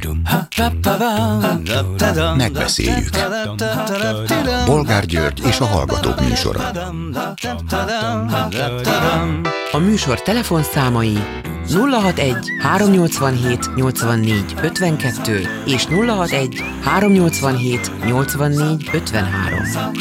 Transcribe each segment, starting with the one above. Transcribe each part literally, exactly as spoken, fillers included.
Megbeszéljük. Bolgár György és a Hallgatók műsora. A műsor telefonszámai nulla hatvanegy háromnyolcvanhét nyolcvannégy ötvenkettő és nulla hatvanegy háromnyolcvanhét nyolcvannégy ötvenhárom.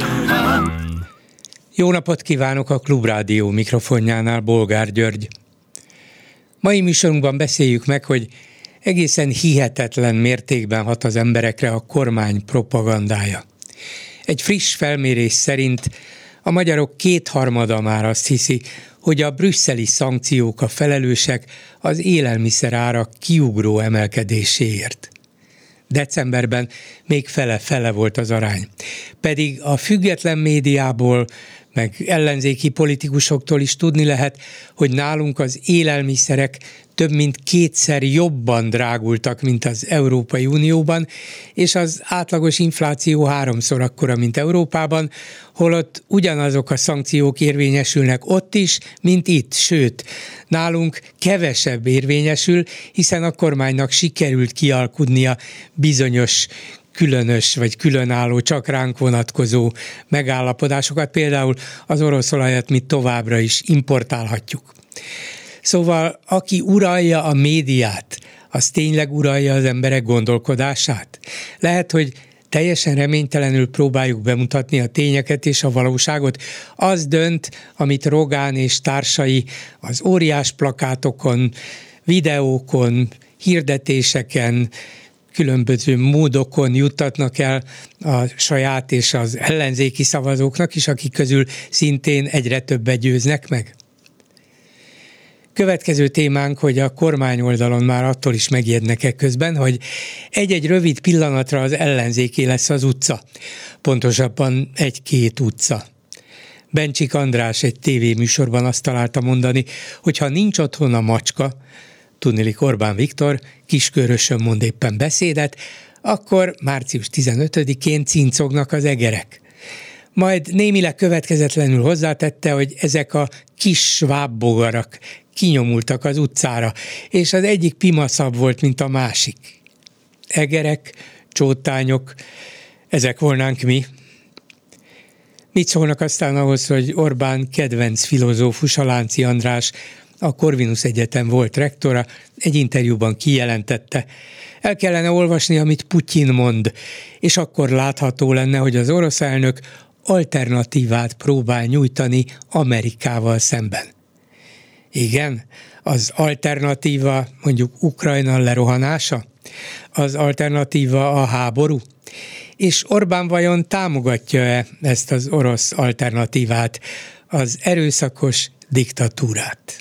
Jó napot kívánok a Klubrádió mikrofonjánál, Bolgár György. Mai műsorunkban beszéljük meg, hogy egészen hihetetlen mértékben hat az emberekre a kormány propagandája. Egy friss felmérés szerint a magyarok kétharmada már azt hiszi, hogy a brüsszeli szankciók a felelősek az élelmiszerárak kiugró emelkedéséért. Decemberben még fele-fele volt az arány. Pedig a független médiából, meg ellenzéki politikusoktól is tudni lehet, hogy nálunk az élelmiszerek több mint kétszer jobban drágultak, mint az Európai Unióban, és az átlagos infláció háromszor akkora, mint Európában, holott ugyanazok a szankciók érvényesülnek ott is, mint itt, sőt, nálunk kevesebb érvényesül, hiszen a kormánynak sikerült kialkudnia bizonyos különös vagy különálló, csak ránk vonatkozó megállapodásokat, például az orosz olajat mi továbbra is importálhatjuk. Szóval aki uralja a médiát, az tényleg uralja az emberek gondolkodását? Lehet, hogy teljesen reménytelenül próbáljuk bemutatni a tényeket és a valóságot. Az dönt, amit Rogán és társai az óriás plakátokon, videókon, hirdetéseken, különböző módokon juttatnak el a saját és az ellenzéki szavazóknak is, akik közül szintén egyre többet győznek meg. Következő témánk, hogy a kormány oldalon már attól is megijednek-e közben, hogy egy-egy rövid pillanatra az ellenzéké lesz az utca. Pontosabban egy-két utca. Bencsik András egy tévéműsorban azt találta mondani, hogy ha nincs otthon a macska, tudniillik Orbán Viktor Kiskörösön mond éppen beszédet, akkor március tizenötödikén cincognak az egerek. Majd némileg következetlenül hozzátette, hogy ezek a kis svábbogarak kinyomultak az utcára, és az egyik pimaszabb volt, mint a másik. Egerek, csótányok, ezek volnánk mi. Mit szólnak aztán ahhoz, hogy Orbán kedvenc filozófusa, Lánci András, a Corvinus Egyetem volt rektora, egy interjúban kijelentette: el kellene olvasni, amit Putyin mond, és akkor látható lenne, hogy az orosz elnök alternatívát próbál nyújtani Amerikával szemben. Igen, az alternatíva mondjuk Ukrajna lerohanása? Az alternatíva a háború? És Orbán vajon támogatja-e ezt az orosz alternatívát, az erőszakos diktatúrát?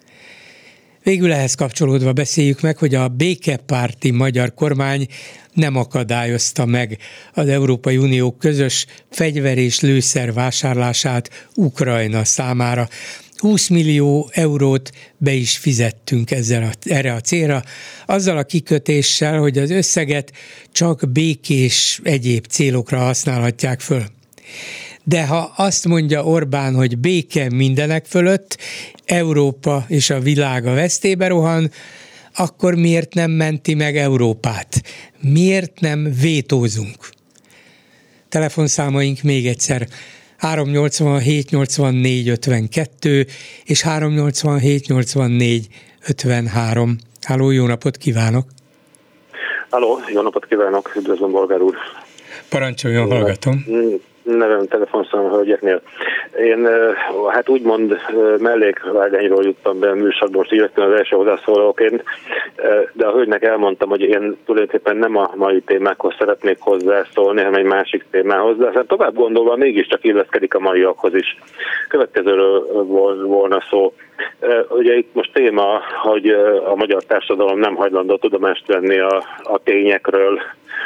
Végül ehhez kapcsolódva beszéljük meg, hogy a békepárti magyar kormány nem akadályozta meg az Európai Unió közös fegyver és lőszer vásárlását Ukrajna számára. húsz millió eurót be is fizettünk ezzel a, erre a célra, azzal a kikötéssel, hogy az összeget csak békés egyéb célokra használhatják föl. De ha azt mondja Orbán, hogy béke mindenek fölött, Európa és a világ a vesztébe rohan, akkor miért nem menti meg Európát? Miért nem vétózunk? Telefonszámaink még egyszer háromnyolcvanhét nyolcvannégy ötvenkettő és háromnyolcvanhét nyolcvannégy ötvenhárom. Halló, jó napot kívánok! Halló, jó napot kívánok, üdvözlöm, Bolgár úr! Parancsoljon, hallgatom! Nevem telefonszám hölgyeknél. Én hát úgymond mellékvágányról juttam be a műsorban, most jöttem az első hozzászólóként, de a hölgynek elmondtam, hogy én tulajdonképpen nem a mai témákhoz szeretnék hozzászólni, hanem egy másik témához, de aztán tovább gondolva mégiscsak illeszkedik a maiakhoz is. Következőről volna szó. Ugye itt most téma, hogy a magyar társadalom nem hajlandó tudomást venni a, a tényekről.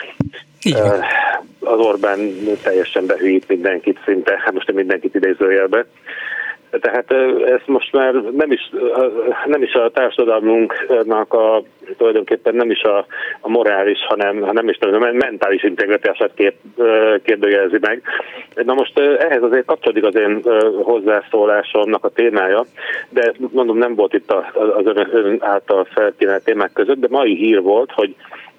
Az Orbán teljesen behűít mindenkit szinte, hát most nem mindenkit idézőjelbe. Tehát ez most már nem is, nem is a társadalmunknak a, tulajdonképpen nem is a, a morális, hanem, hanem is a mentális integritását kép, kérdőjelezi meg. Na most ehhez azért kapcsolódik az én hozzászólásomnak a témája, de mondom, nem volt itt az ön által felkínállt témák között, de mai hír volt, hogy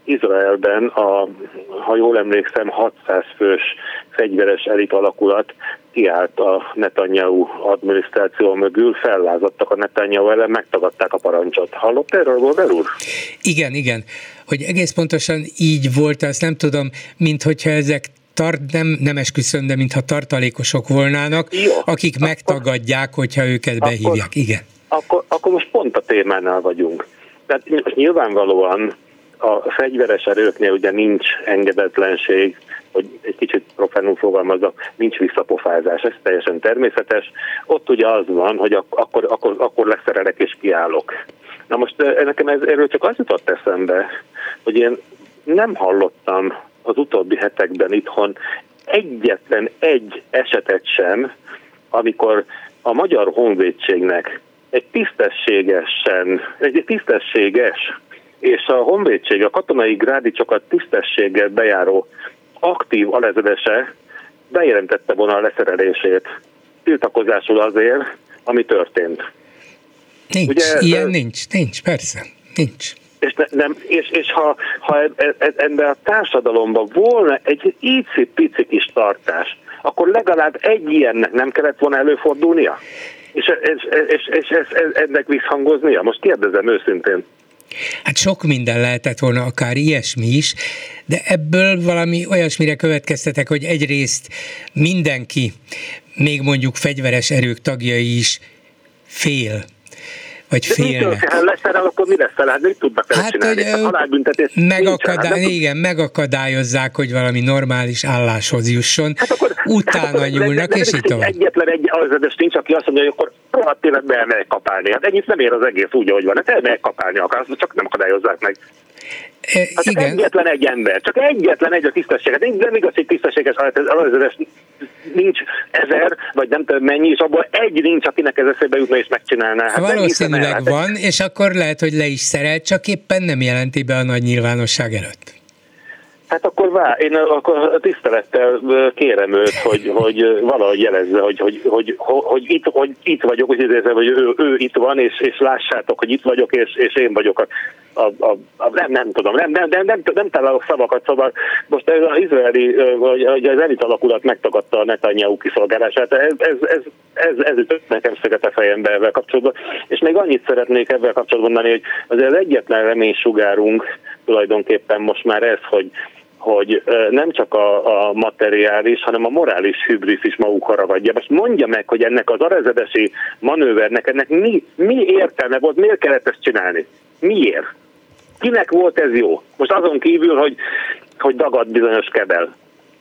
Izraelben a, ha jól emlékszem, hatszáz fős fegyveres elit alakulat kiállt a Netanyahu adminisztráció mögül, fellázadtak a Netanyahu ellen, megtagadták a parancsot. Hallott erről, Bolgár úr? Igen, igen. Hogy egész pontosan így volt, azt nem tudom, mint hogyha ezek tart, nem, nem esküszöm, de mintha tartalékosok volnának, jó, akik akkor, megtagadják, hogyha őket behívják. Akkor, igen. Akkor, akkor most pont a témánál vagyunk. Tehát nyilvánvalóan a fegyveres erőknél ugye nincs engedetlenség, hogy egy kicsit profánul fogalmazok, nincs visszapofázás, ez teljesen természetes. Ott ugye az van, hogy ak- akkor, akkor, akkor leszerelek és kiállok. Na most nekem ez, erről csak az jutott eszembe, hogy én nem hallottam az utóbbi hetekben itthon egyetlen egy esetet sem, amikor a Magyar Honvédségnek egy tisztességesen, egy tisztességes, és a honvédség, a katonai grádicsokat tisztességgel bejáró aktív alezredese bejelentette volna a leszerelését tiltakozásul azért, ami történt. Nincs, ugye, ilyen nincs, nincs, persze, nincs. És, ne, nem, és, és ha, ha ebben a társadalomban volna egy icipici kis tartás, akkor legalább egy ilyennek nem kellett volna előfordulnia? És, és, és, és, és ennek visszhangoznia? Most kérdezem őszintén. Hát sok minden lehetett volna, akár ilyesmi is, de ebből valami olyasmire következtetek, hogy egyrészt mindenki, még mondjuk fegyveres erők tagjai is fél, vagy félnek. Ha leszerel, akkor mi lesz fel? Hát mit tudnak vele hát, csinálni? A halálbüntetés megakadály, hát igen, megakadályozzák, hogy valami normális álláshoz jusson. Hát akkor, utána hát nyúlnak, de, de, és így tovább. Egyetlen egy alezredes nincs, aki azt mondja, hogy akkor rohadt életben elmegyek kapálni. Hát ennyit nem ér az egész úgy, ahogy van. Hát elmegyek kapálni akar, csak nem akadályozzák meg. Hát igen. Egyetlen egy ember, csak egyetlen egy a tisztességet. Nem igaz, hogy tisztességes alezredes nincs ezer, vagy nem tudom mennyi, és abból egy nincs, akinek ez eszébe jutna és megcsinálná. Hát valószínűleg van, és akkor lehet, hogy le is szerel, csak éppen nem jelenti be a nagy nyilvánosság előtt. Hát akkor vár, én akkor tisztelettel kérem őt, hogy, hogy valahogy jelezze, hogy, hogy, hogy, hogy, itt, hogy itt vagyok, hogy, hogy ő, ő itt van, és, és lássátok, hogy itt vagyok, és, és én vagyok a, a, a, a nem, nem tudom, nem, nem, nem, nem, nem találok szavakat, szóval most ez az izraeli, vagy az elit alakulat megtagadta a Netanyahu kiszolgálását, ez, ez, ez, ez, ez ütött nekem szöget a fejembe ebben kapcsolatban, és még annyit szeretnék ebben kapcsolatban mondani, hogy azért az egyetlen reménysugárunk tulajdonképpen most már ez, hogy hogy nem csak a, a materiális, hanem a morális hübrisz is magukra ragadja. Most mondja meg, hogy ennek az arezredesi manővernek, ennek mi, mi értelme volt, miért kellett ezt csinálni? Miért? Kinek volt ez jó? Most azon kívül, hogy, hogy dagad bizonyos kebel.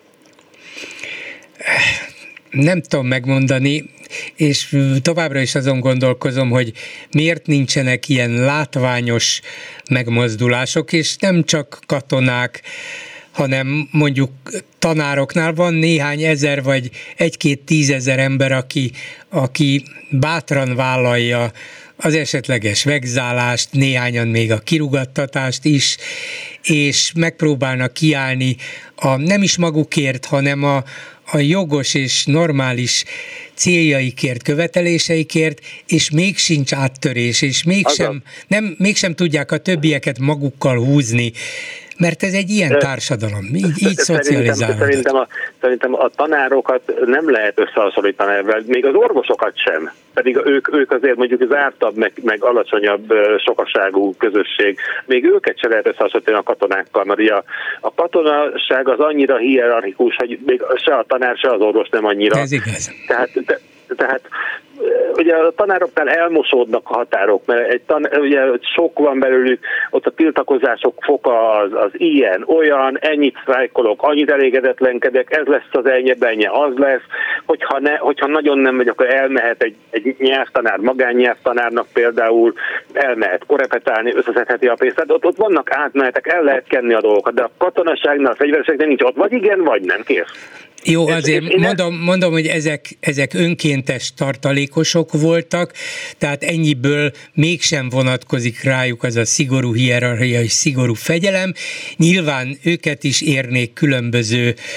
Nem tudom megmondani, és továbbra is azon gondolkozom, hogy miért nincsenek ilyen látványos megmozdulások, és nem csak katonák, hanem mondjuk tanároknál van néhány ezer vagy egy-két tízezer ember, aki, aki bátran vállalja az esetleges vegzálást, néhányan még a kirúgattatást is, és megpróbálnak kiállni a, nem is magukért, hanem a, a jogos és normális céljaikért, követeléseikért, és még sincs áttörés, és mégsem, nem, mégsem tudják a többieket magukkal húzni, mert ez egy ilyen társadalom, így, így szocializálódott. Szerintem a, szerintem a tanárokat nem lehet összehasonlítani ebben, még az orvosokat sem, pedig ők, ők azért mondjuk az ártabb, meg, meg alacsonyabb sokaságú közösség, még őket sem lehet összehasonlítani a katonákkal, mert a, a katonaság az annyira hierarchikus, hogy még se a tanár, se az orvos nem annyira. Ez igaz. Tehát, te, tehát ugye a tanároknál elmosódnak a határok, mert egy tan, ugye sok van belőlük, ott a tiltakozások foka az, az ilyen, olyan, ennyit sztrájkolok, annyit elégedetlenkedek, ez lesz az ennyi-bennyi, az lesz, hogyha, ne, hogyha nagyon nem megy, akkor elmehet egy, egy nyelvtanár, magánnyelvtanárnak például, elmehet korepetálni, összeszedheti a pénzt, tehát ott, ott vannak átmenetek, el lehet kenni a dolgokat, de a katonaságnál, a fegyvereseknél nincs ott, vagy igen, vagy nem, kész. Jó, azért mondom, mondom, hogy ezek, ezek önkéntes tartalékosok voltak, tehát ennyiből mégsem vonatkozik rájuk az a szigorú hierarchia és szigorú fegyelem. Nyilván őket is érnék különböző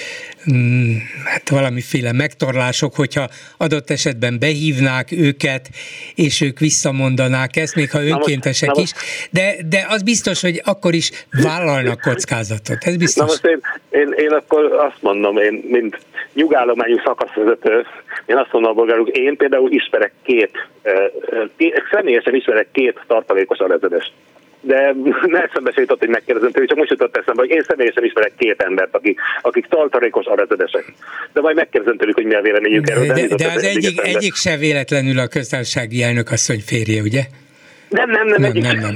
hát valamiféle megtorlások, hogyha adott esetben behívnák őket, és ők visszamondanák ezt, még ha önkéntesek na is, de, de az biztos, hogy akkor is vállalnak kockázatot, ez biztos. Na most én, én, én akkor azt mondom, én mint nyugállományú szakaszvezető, én azt mondom a bolgárok, én például ismerek két, két személyesen ismerek két tartalékos alezredest. De ne eszembe se jutott, hogy megkérdezem tőle, csak most jutott eszembe, hogy én személyesen ismerek két embert, akik, akik tartalékos alezredesek. De majd megkérdezem tőlük, hogy mi a véleményük erről. De, de, de az egyik, egyik se véletlenül a köztársasági elnök asszony férje, ugye? Nem, nem, nem, nem, egyik. nem, nem.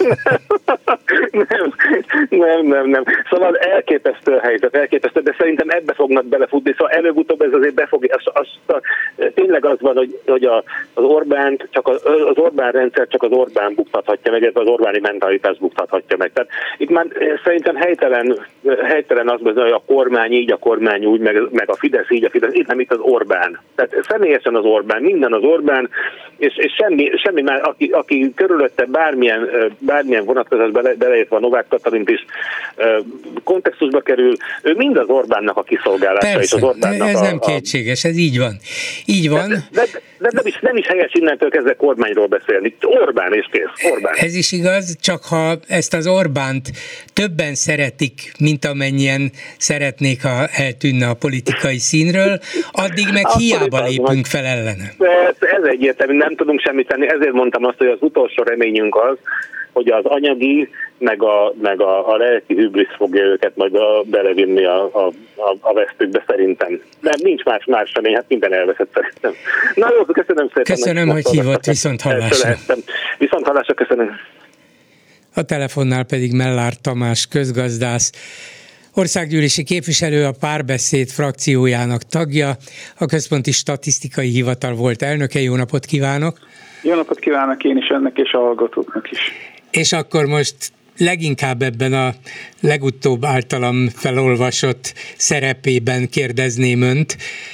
nem, nem, nem, nem. Szóval elképesztő a helyzet, elképesztő, de szerintem ebbe fognak belefutni, szóval előbb-utóbb ez azért befog, az, az, az, tényleg az van, hogy, hogy a, az Orbánt, csak az, az Orbán rendszer csak az Orbán buktathatja meg, ez az Orbáni mentalitás buktathatja meg. Tehát itt már szerintem helytelen, helytelen az, hogy a kormány így, a kormány úgy, meg, meg a Fidesz így, a Fidesz, itt nem itt az Orbán. Tehát személyesen az Orbán, minden az Orbán, és, és semmi, semmi már, aki, aki körülötte bármilyen, bármilyen vonatkozás bele, beleértve a Novák Katalint is kontextusba kerül, ő mind az Orbánnak a kiszolgálása. Persze, és az Orbánnak ez a, nem kétséges, ez így van. Így van. De, de, de nem, is, nem is helyes innentől kezdve kormányról beszélni. Orbán és kész. Orbán. Ez is igaz, csak ha ezt az Orbánt többen szeretik, mint amennyien szeretnék, ha eltűnne a politikai színről, addig meg hiába lépünk fel ellene. Ez egyértelmű, nem tudunk semmit tenni, ezért mondtam azt, hogy az utolsó reményünk az, hogy az anyagi, meg a, meg a, a lelki hübrisz fogja őket majd a, belevinni a, a, a, a vesztükbe szerintem. De nincs más, más remény, hát minden elveszett szerintem. Na jó, köszönöm szépen. Köszönöm, hogy hívott, viszont hallásra. Viszont hallásra, köszönöm. A telefonnál pedig Mellár Tamás közgazdász, országgyűlési képviselő, a Párbeszéd frakciójának tagja, a Központi Statisztikai Hivatal volt elnöke. Jó napot kívánok! Jó napot kívánok én is önnek és a hallgatóknak is. És akkor most leginkább ebben a legutóbb általam felolvasott szerepében kérdezném önt,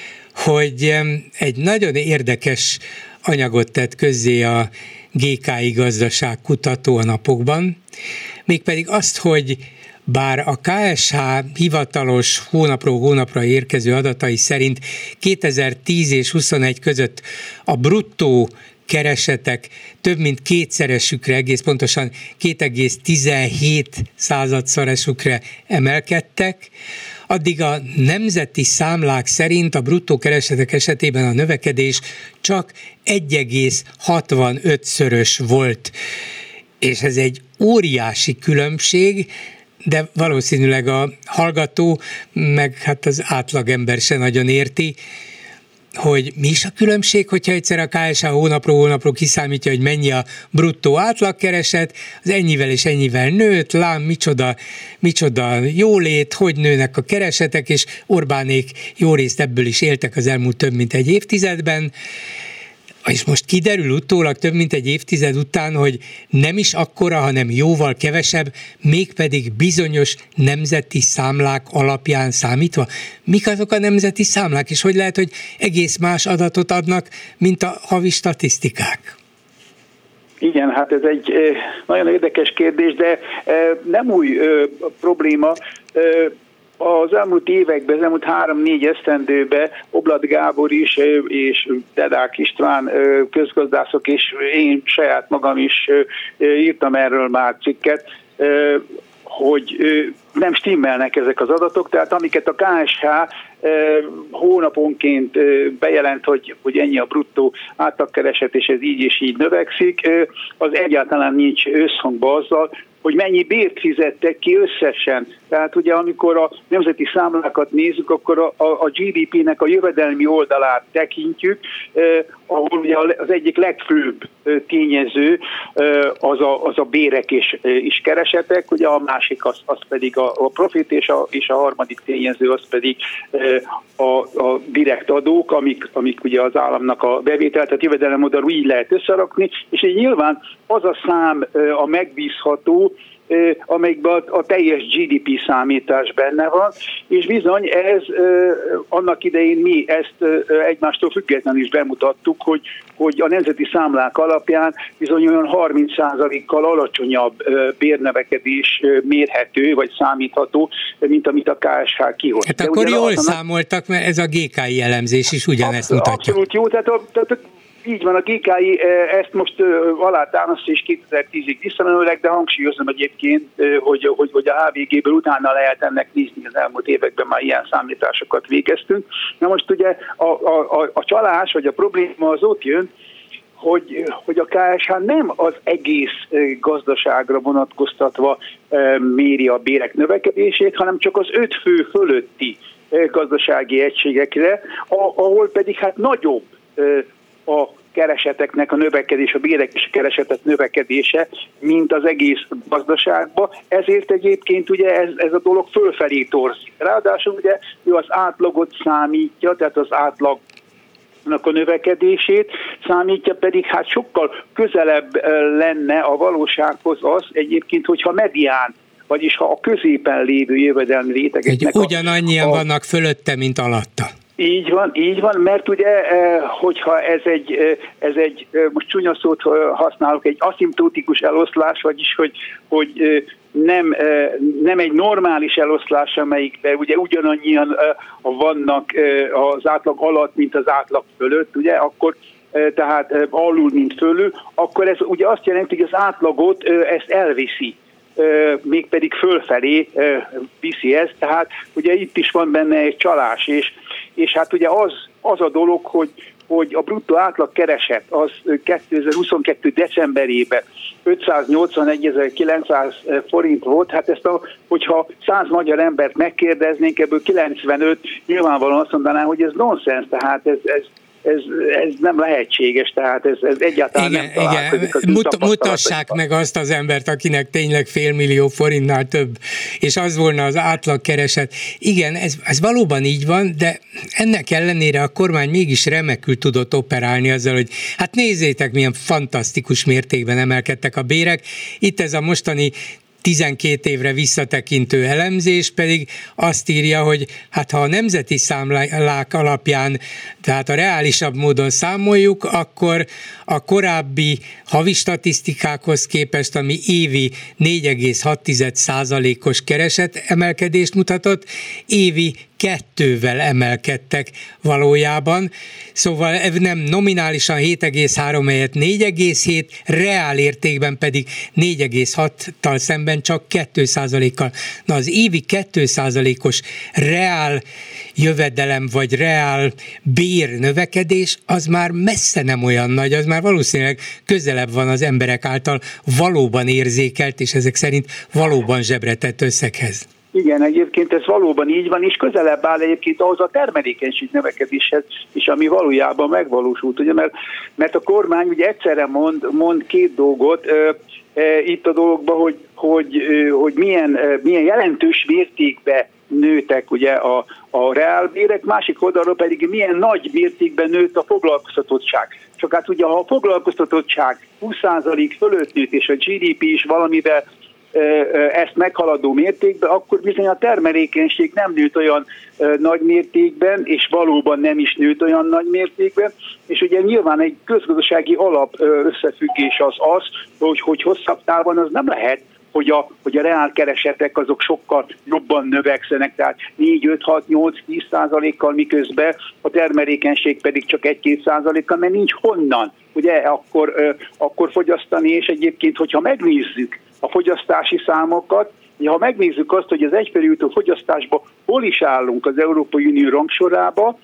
hogy egy nagyon érdekes anyagot tett közzé a gé ká i gazdaságkutató a napokban, mégpedig azt, hogy bár a ká es há hivatalos hónapról hónapra érkező adatai szerint kétezer-tíz és huszonegy között a bruttó keresetek több mint kétszeresükre, egész pontosan két egész tizenhét századszorosukra emelkedtek, addig a nemzeti számlák szerint a bruttó keresetek esetében a növekedés csak egy egész hatvanötszörös volt. És ez egy óriási különbség, de valószínűleg a hallgató, meg hát az átlagember se nagyon érti, hogy mi is a különbség, hogyha egyszer a ká es há hónapról hónapról kiszámítja, hogy mennyi a bruttó átlagkereset, az ennyivel és ennyivel nőtt, lám, micsoda, micsoda jólét, hogy nőnek a keresetek, és Orbánék jó részt ebből is éltek az elmúlt több mint egy évtizedben, és most kiderül utólag több mint egy évtized után, hogy nem is akkora, hanem jóval kevesebb, mégpedig bizonyos nemzeti számlák alapján számítva. Mik azok a nemzeti számlák, és hogy lehet, hogy egész más adatot adnak, mint a havi statisztikák? Igen, hát ez egy nagyon érdekes kérdés, de nem új probléma. Az elmúlt években, az elmúlt három-négy esztendőben Oblat Gábor is, és Dedák István közgazdászok, és én saját magam is írtam erről már cikket, hogy nem stimmelnek ezek az adatok, tehát amiket a ká es há hónaponként bejelent, hogy, hogy ennyi a bruttó átlagkereset, és ez így és így növekszik, az egyáltalán nincs összhangban azzal, hogy mennyi bért fizettek ki összesen. Tehát ugye amikor a nemzeti számlákat nézzük, akkor a, a, a gé dé pé-nek a jövedelmi oldalát tekintjük, eh, ahol ugye az egyik legfőbb eh, tényező eh, az, a, az a bérek és, eh, és keresetek, ugye a másik az, az pedig a, a profit, és a, és a harmadik tényező az pedig eh, a, a direkt adók, amik, amik ugye az államnak a bevétel, tehát jövedelem oldalú így lehet összerakni, és így nyilván az a szám eh, a megbízható, amelyikben a, a teljes gé dé pé számítás benne van, és bizony ez annak idején mi ezt egymástól függetlenül is bemutattuk, hogy, hogy a nemzeti számlák alapján bizony olyan harminc százalékkal alacsonyabb bérnövekedés mérhető, vagy számítható, mint amit a ká es há kihoz. Hát akkor jól a, számoltak, mert ez a gé ká i elemzés is ugyanezt abszolút, mutatja. Abszolút jó, tehát, a, tehát így van, a gé ká i ezt most alátámasztja és kétezer-tízig visszamenőleg, de hangsúlyozom egyébként, hogy, hogy, hogy a há vé géből utána lehet ennek nézni, az elmúlt években már ilyen számításokat végeztünk. Na most ugye a, a, a, a csalás, vagy a probléma az ott jön, hogy, hogy a ká es há nem az egész gazdaságra vonatkoztatva méri a bérek növekedését, hanem csak az öt fő fölötti gazdasági egységekre, ahol pedig hát nagyobb a kereseteknek a növekedés, a bérek és a keresetek növekedése, mint az egész gazdaságban. Ezért egyébként ugye ez, ez a dolog fölfelé torzik. Ráadásul ugye ő az átlagot számítja, tehát az átlag a növekedését számítja, pedig hát sokkal közelebb lenne a valósághoz az egyébként, hogyha medián, vagyis ha a középen lévő jövedelmi rétegeknek... Egy ugyanannyian a, a, vannak fölötte, mint alatta. Így van, így van, mert ugye, hogyha ez egy, ez egy most csúnya szót használok, egy aszimtótikus eloszlás, vagyis hogy, hogy nem, nem egy normális eloszlás, amelyikben ugye ugyanannyian vannak az átlag alatt, mint az átlag fölött, ugye, akkor tehát alul, mint fölül, akkor ez ugye azt jelenti, hogy az átlagot ezt elviszi. Mégpedig fölfelé viszi ezt, tehát ugye itt is van benne egy csalás, és, és hát ugye az, az a dolog, hogy, hogy a bruttó átlag kereset az kétezer-huszonkettő decemberében ötszáznyolcvanegyezer-kilencszáz forint volt, hát ezt a, hogyha száz magyar embert megkérdeznénk, ebből kilencvenöt nyilvánvalóan azt mondaná, hogy ez nonsens, tehát ez, ez Ez, ez nem lehetséges, tehát ez, ez egyáltalán igen, nem találkozik. Igen. Mut, mutassák meg azt az embert, akinek tényleg félmillió forintnál több, és az volna az átlagkereset. Igen, ez, ez valóban így van, de ennek ellenére a kormány mégis remekül tudott operálni azzal, hogy hát nézzétek, milyen fantasztikus mértékben emelkedtek a bérek. Itt ez a mostani tizenkét évre visszatekintő elemzés pedig azt írja, hogy hát ha a nemzeti számlák alapján, tehát a reálisabb módon számoljuk, akkor a korábbi havi statisztikákhoz képest, ami évi négy egész hat százalékos kereset emelkedést mutatott, évi kettővel emelkedtek valójában, szóval nem nominálisan hét egész három helyett négy egész hét, reál értékben pedig négy egész hattal szemben csak két százalékkal. Na az évi két százalékos reál jövedelem vagy reál bér növekedés az már messze nem olyan nagy, az már valószínűleg közelebb van az emberek által valóban érzékelt, és ezek szerint valóban zsebretett összeghez. Igen, egyébként ez valóban így van, és közelebb áll egyébként ahhoz a termelékenység növekedéshez is, ami valójában megvalósult, ugye, mert, mert a kormány ugye egyszerre mond, mond két dolgot e, e, itt a dologban, hogy, hogy, hogy milyen, milyen jelentős mértékben nőtek ugye a, a reálbérek, másik oldalról pedig milyen nagy mértékben nőtt a foglalkoztatottság. Csak hát ugye ha a foglalkoztatottság húsz százalék fölött nőtt, és a gé dé pé is valamivel ezt meghaladó mértékben, akkor bizony a termelékenység nem nőtt olyan nagy mértékben, és valóban nem is nőtt olyan nagy mértékben, és ugye nyilván egy közgazdasági alap összefüggés az az, hogy, hogy hosszabb távon az nem lehet, hogy a, hogy a reálkeresetek azok sokkal jobban növekszenek, tehát négy, öt, hat, nyolc, tíz százalékkal, miközben a termelékenység pedig csak egy-két százalékkal, mert nincs honnan, ugye, akkor, akkor fogyasztani, és egyébként, hogyha megnézzük a fogyasztási számokat, ha megnézzük azt, hogy az egyfelé jutó fogyasztásban hol is állunk az Európai Unió rangsorába,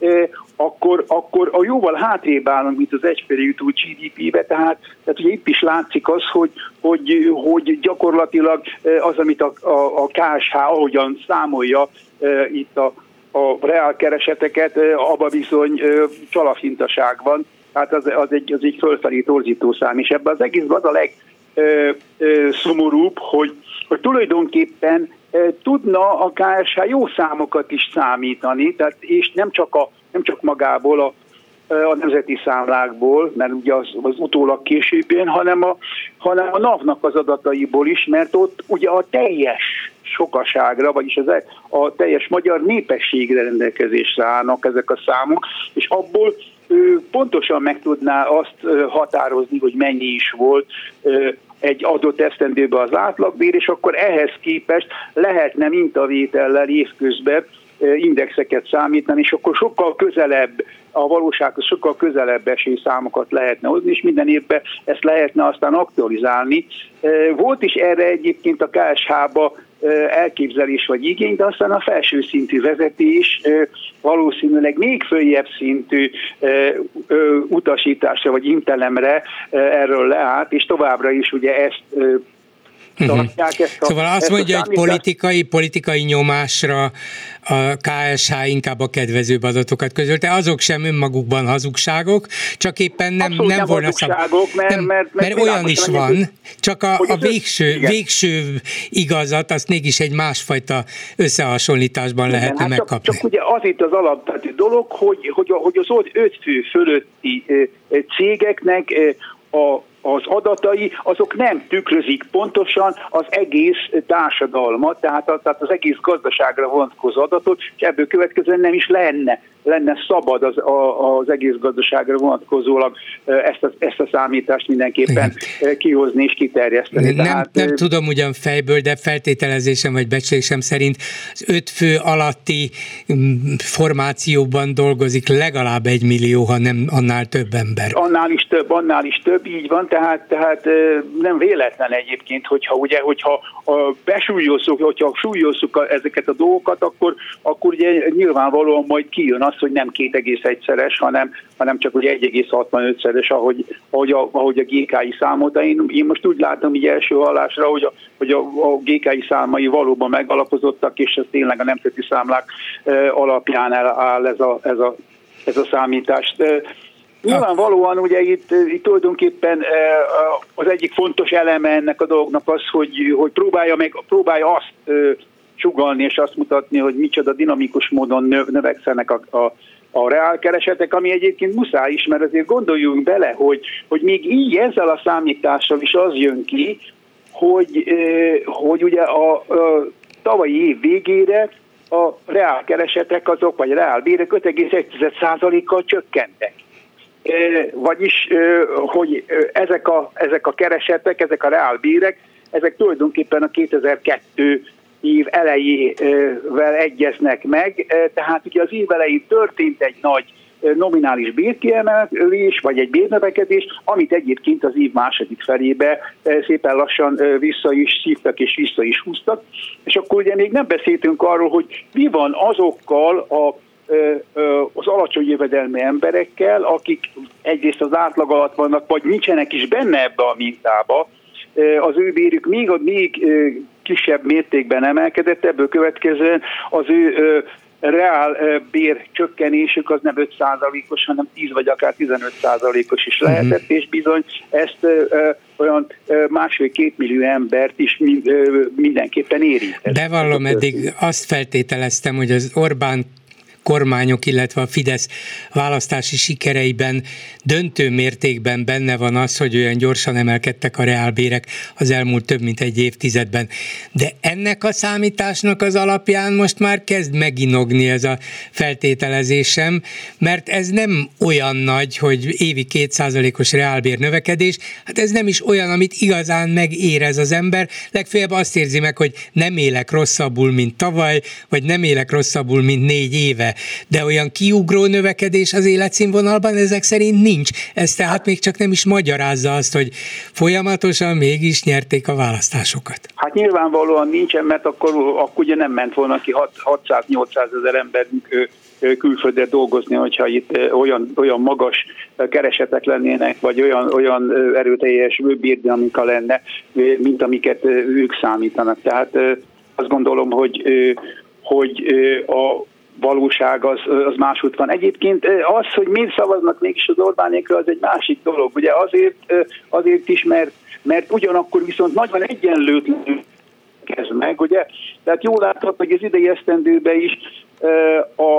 akkor, akkor a jóval hátrébb állunk, mint az egyfelé jutó gé dé pébe, tehát, tehát ugye itt is látszik az, hogy, hogy, hogy gyakorlatilag az, amit a, a, a ká es há ahogyan számolja itt a, a reálkereseteket, abban bizony csalafintaság van, hát az, az, egy, az egy fölfelé torzító szám, és ebben az egészben az a leg Ö, ö, szomorúbb, hogy, hogy tulajdonképpen ö, tudna a ká es há jó számokat is számítani, tehát, és nem csak, a, nem csak magából a, a nemzeti számlákból, mert ugye az, az utólag későbbén, hanem a, hanem a NAV-nak az adataiból is, mert ott ugye a teljes sokaságra, vagyis az, a teljes magyar népességre rendelkezésre állnak ezek a számok, és abból ő pontosan meg tudná azt határozni, hogy mennyi is volt egy adott esztendőben az átlagbér, és akkor ehhez képest lehetne mintavétellel évközben indexeket számítani, és akkor sokkal közelebb, a valósághoz sokkal közelebb eső számokat lehetne hozni, és minden évben ezt lehetne aztán aktualizálni. Volt is erre egyébként a ká es há-ba elképzelés vagy igény, de aztán a felső szintű vezetés valószínűleg még följebb szintű utasításra vagy intelemre erről leállt, és továbbra is ugye ezt tartják. Ezt a, szóval azt mondja, hogy számítást. politikai, politikai nyomásra a ká es há inkább a kedvezőbb adatokat közölte, azok sem önmagukban hazugságok, csak éppen nem, nem, nem volna szabad. Mert, nem, mert, mert, mert olyan is van, csak a, a végső, végső igazat azt mégis egy másfajta összehasonlításban igen, lehetne hát megkapni. Csak, csak ugye az itt az alapvető dolog, hogy, hogy, hogy az ott öt fő fölötti cégeknek a az adatai, azok nem tükrözik pontosan az egész társadalmat, tehát, tehát az egész gazdaságra vonatkozó adatot, és ebből következően nem is lenne, lenne szabad az, a, az egész gazdaságra vonatkozólag ezt a, ezt a számítást mindenképpen kihozni és kiterjeszteni. Nem, tehát, nem tudom ugyan fejből, de feltételezésem vagy becslésem szerint az öt fő alatti formációban dolgozik legalább egy millió, ha nem annál több ember. Annál is több, annál is több, így van, tehát, tehát nem véletlen egyébként, hogyha ugye, hogyha besúlyozzuk, hogyha súlyozzuk ezeket a dolgokat, akkor, akkor ugye nyilvánvalóan majd kijön az, hogy nem két egész egyszeres, hanem, hanem csak ugye egy egész hatvanötszeres, ahogy, ahogy, a, ahogy a gé ká i számolta. Én, én most úgy látom így első hallásra, hogy a, hogy a, a gé ká i számai valóban megalapozottak, és ez tényleg a nemzeti számlák alapján áll ez a, ez a, ez a számítás. Nyilvánvalóan ugye itt, itt tulajdonképpen az egyik fontos eleme ennek a dolognak az, hogy, hogy próbálja, meg, próbálja azt sugallni és azt mutatni, hogy micsoda dinamikus módon növekszenek a, a, a reálkeresetek, ami egyébként muszáj is, mert azért gondoljunk bele, hogy, hogy még így ezzel a számítással is az jön ki, hogy, hogy ugye a, a tavalyi év végére a reálkeresetek azok, vagy reálbérek öt egész egy százalékkal csökkentek. Vagyis, hogy ezek a, ezek a keresetek, ezek a reálbérek, ezek tulajdonképpen a kétezer-kettő év elejével egyeznek meg, tehát ugye az év elején történt egy nagy nominális bérkiemelés, vagy egy bérnövekedés, amit egyébként az év második felébe szépen lassan vissza is szívtak és vissza is húztak, és akkor ugye még nem beszéltünk arról, hogy mi van azokkal a az alacsony jövedelmi emberekkel, akik egyrészt az átlag alatt vannak, vagy nincsenek is benne ebbe a mintába, az ő bérük még, még kisebb mértékben emelkedett, ebből következően az ő reál bér csökkenésük az nem öt százalékos, hanem tíz vagy akár tizenöt százalékos is lehetett, és bizony ezt olyan másfél-két millió embert is mindenképpen érintett. Bevallom, eddig azt feltételeztem, hogy az Orbán kormányok, illetve a Fidesz választási sikereiben döntő mértékben benne van az, hogy olyan gyorsan emelkedtek a reálbérek az elmúlt több mint egy évtizedben. De ennek a számításnak az alapján most már kezd meginogni ez a feltételezésem, mert ez nem olyan nagy, hogy évi két százalékos reálbér növekedés, hát ez nem is olyan, amit igazán megérez az ember, legfeljebb azt érzi meg, hogy nem élek rosszabbul, mint tavaly, vagy nem élek rosszabbul, mint négy éve. De olyan kiugró növekedés az életszínvonalban ezek szerint nincs. Ez tehát még csak nem is magyarázza azt, hogy folyamatosan mégis nyerték a választásokat. Hát nyilvánvalóan nincsen, mert akkor, akkor ugye nem ment volna ki hatszáz-nyolcszáz ezer ember külföldre dolgozni, hogyha itt olyan, olyan magas keresetek lennének, vagy olyan, olyan erőteljes bérdinamika lenne, mint amiket ők számítanak. Tehát azt gondolom, hogy, hogy a valóság az, az máshogy van. Egyébként az, hogy miért szavaznak mégis az Orbánékra, az egy másik dolog. Ugye azért, azért is, mert, mert ugyanakkor viszont nagyon egyenlőtlenül kezd meg, ugye? Tehát jól látható, hogy az idei esztendőben is a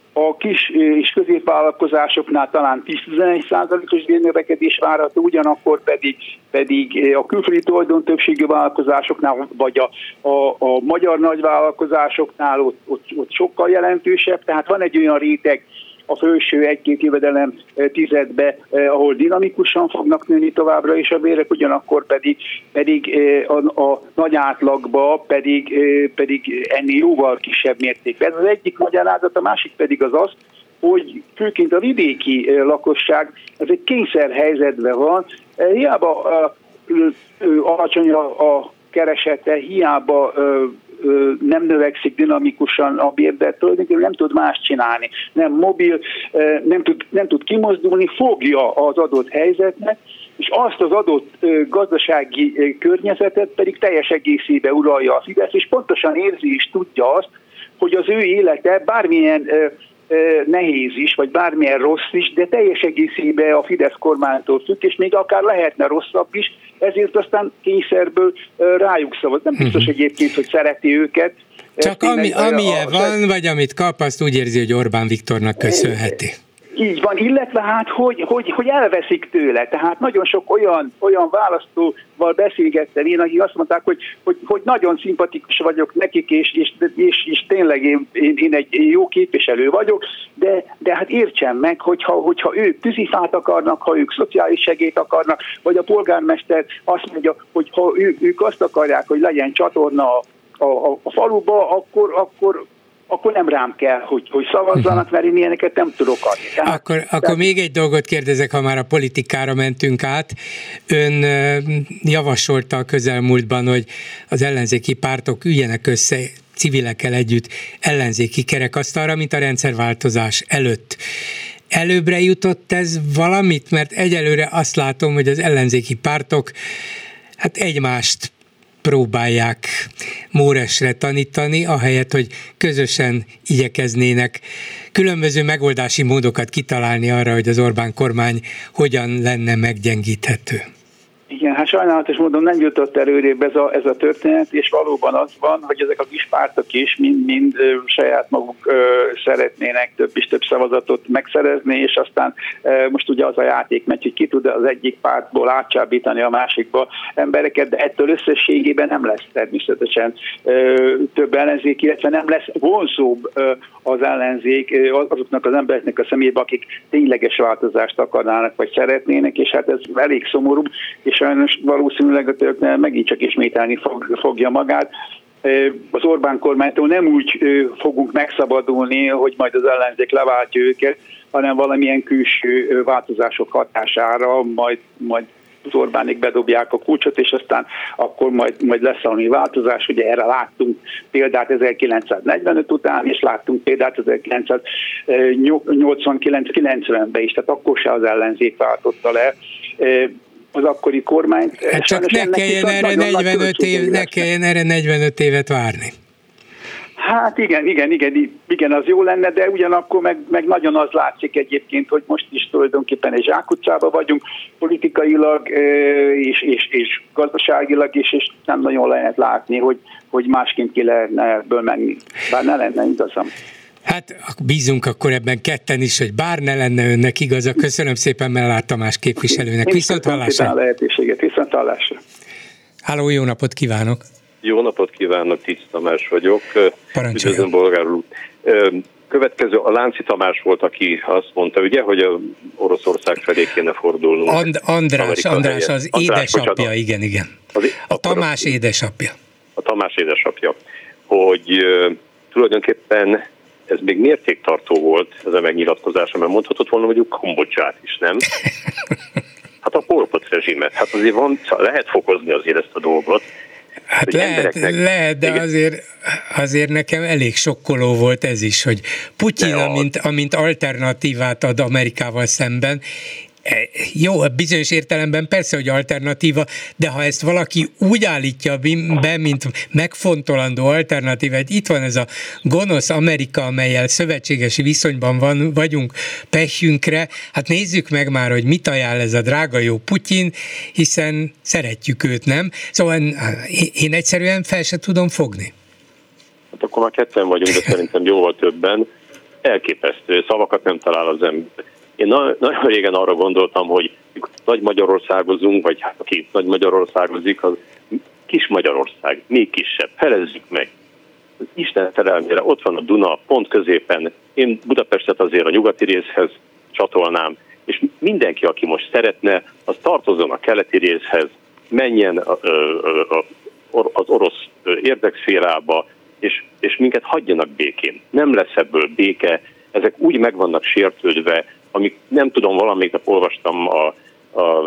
a kis és középvállalkozásoknál talán tíz-tizenegy százalékos bérnövekedés várható, ugyanakkor pedig, pedig a külföldi tulajdon többségű vállalkozásoknál, vagy a, a, a magyar nagyvállalkozásoknál ott, ott, ott sokkal jelentősebb, tehát van egy olyan réteg a felső egy-két jövedelem tizedbe, ahol dinamikusan fognak nőni továbbra is a bérek, ugyanakkor pedig, pedig a, a nagy átlagba pedig, pedig ennél jóval kisebb mértékben. Ez az egyik magyarázat, a másik pedig az az, hogy főként a vidéki lakosság ez egy kényszerhelyzetben van, hiába alacsony a keresete, hiába nem növekszik dinamikusan a bér, de tulajdonképpen nem tud más csinálni. Nem mobil, nem tud, nem tud kimozdulni, fogja az adott helyzetnek, és azt az adott gazdasági környezetet pedig teljes egészébe uralja a Fidesz, és pontosan érzi és tudja azt, hogy az ő élete bármilyen nehéz is, vagy bármilyen rossz is, de teljes egészében a Fidesz kormánytól függ, és még akár lehetne rosszabb is, ezért aztán kényszerből rájuk szavaz. Nem biztos egyébként, hogy szereti őket. Csak ami, amilyen a, van, vagy amit kap, azt úgy érzi, hogy Orbán Viktornak köszönheti. Így van, illetve hát, hogy, hogy, hogy elveszik tőle. Tehát nagyon sok olyan, olyan választóval beszélgettem én, akik azt mondták, hogy, hogy, hogy nagyon szimpatikus vagyok nekik, és, és, és, és tényleg én, én egy jó képviselő vagyok, de, de hát értsem meg, hogyha, hogyha ők tűzifát akarnak, ha ők szociális segélyt akarnak, vagy a polgármester azt mondja, hogy ha ő, ők azt akarják, hogy legyen csatorna a, a, a faluba, akkor, akkor akkor nem rám kell, hogy, hogy szavazzanak, mert én ilyeneket nem tudok adni. Tehát, akkor akkor tehát... még egy dolgot kérdezek, ha már a politikára mentünk át. Ön javasolta a közelmúltban, hogy az ellenzéki pártok üljenek össze civilekkel együtt ellenzéki kerekasztalra, mint a rendszerváltozás előtt. Előbbre jutott ez valamit? Mert egyelőre azt látom, hogy az ellenzéki pártok hát egymást próbálják móresre tanítani, ahelyett, hogy közösen igyekeznének különböző megoldási módokat kitalálni arra, hogy az Orbán kormány hogyan lenne meggyengíthető. Igen, hát sajnálatos módon nem jutott előrébb ez a, ez a történet, és valóban az van, hogy ezek a kis pártok is mind-mind ö, saját maguk ö, szeretnének több és több szavazatot megszerezni, és aztán ö, most ugye az a játék megy, hogy ki tud az egyik pártból átcsábítani a másikba embereket, de ettől összességében nem lesz természetesen ö, több ellenzék, illetve nem lesz vonzóbb ö, az ellenzék ö, azoknak az embereknek a személyében, akik tényleges változást akarnának, vagy szeretnének, és hát ez elég szomorú, és sajnos valószínűleg a töröknél megint csak ismételni fog, fogja magát. Az Orbán kormánytól nem úgy fogunk megszabadulni, hogy majd az ellenzék leváltja őket, hanem valamilyen külső változások hatására majd, majd az Orbánék bedobják a kulcsot, és aztán akkor majd, majd lesz valami változás. Ugye erre láttunk példát ezerkilencszáznegyvenöt után, és láttunk példát ezerkilencszáznyolcvankilenc-kilencvenben is, tehát akkor se az ellenzék váltotta le az akkori kormányt. Hát csak ne kelljen, erre negyvenöt év, ne kelljen erre negyvenöt évet várni. Hát igen, igen, igen, igen, az jó lenne, de ugyanakkor meg, meg nagyon az látszik egyébként, hogy most is tulajdonképpen egy zsákutcában vagyunk, politikailag és, és, és gazdaságilag is, és nem nagyon lehet látni, hogy, hogy másként ki lehetne ebből menni. Bár ne lenne igazam. Hát bízunk akkor ebben ketten is, hogy bár ne lenne önnek igaza. Köszönöm szépen Mellár Tamás képviselőnek. Viszont hallásra. A lehetőséget. Viszont hallásra. Háló, jó napot kívánok! Jó napot kívánok, Tiszt Tamás vagyok. Üdvözlöm, Bolgár úr. Következő, a Lánci Tamás volt, aki azt mondta, ugye, hogy a Oroszország felé kéne fordulnunk. And, András, András, az András, édesapja, bocsánat. igen, igen. Az, a Tamás a, édesapja. A Tamás édesapja. Hogy uh, tulajdonképpen ez még mértéktartó volt, ez a megnyilatkozása, mert mondhatott volna mondjuk Kambodzsát is, nem? Hát a Pol Pot rezsimet. Hát azért van, lehet fokozni azért ezt a dolgot. Hát lehet, embereknek... lehet, de azért, azért nekem elég sokkoló volt ez is, hogy Putyin, amint, amint alternatívát ad Amerikával szemben, jó, bizonyos értelemben persze, hogy alternatíva, de ha ezt valaki úgy állítja be, mint megfontolandó alternatívát, itt van ez a gonosz Amerika, amellyel szövetségesi viszonyban van, vagyunk pehjünkre, hát nézzük meg már, hogy mit ajánl ez a drága jó Putyin, hiszen szeretjük őt, nem? Szóval én egyszerűen fel se tudom fogni. Hát akkor már ketten vagyunk, de szerintem jóval többen. elképesztő, szavakat nem talál az ember. Én na- nagyon régen arra gondoltam, hogy Nagy Magyarországozunk, vagy hát aki Nagy Magyarországozik, az kis Magyarország, még kisebb, felezzük meg. Az Isten szerelmére, ott van a Duna, pont középen, én Budapestet azért a nyugati részhez csatolnám, és mindenki, aki most szeretne, az tartozzon a keleti részhez, menjen a, a, a, az orosz érdekszférába, és, és minket hagyjanak békén. Nem lesz ebből béke, ezek úgy meg vannak sértődve, amik nem tudom, valamelyik nap olvastam a, a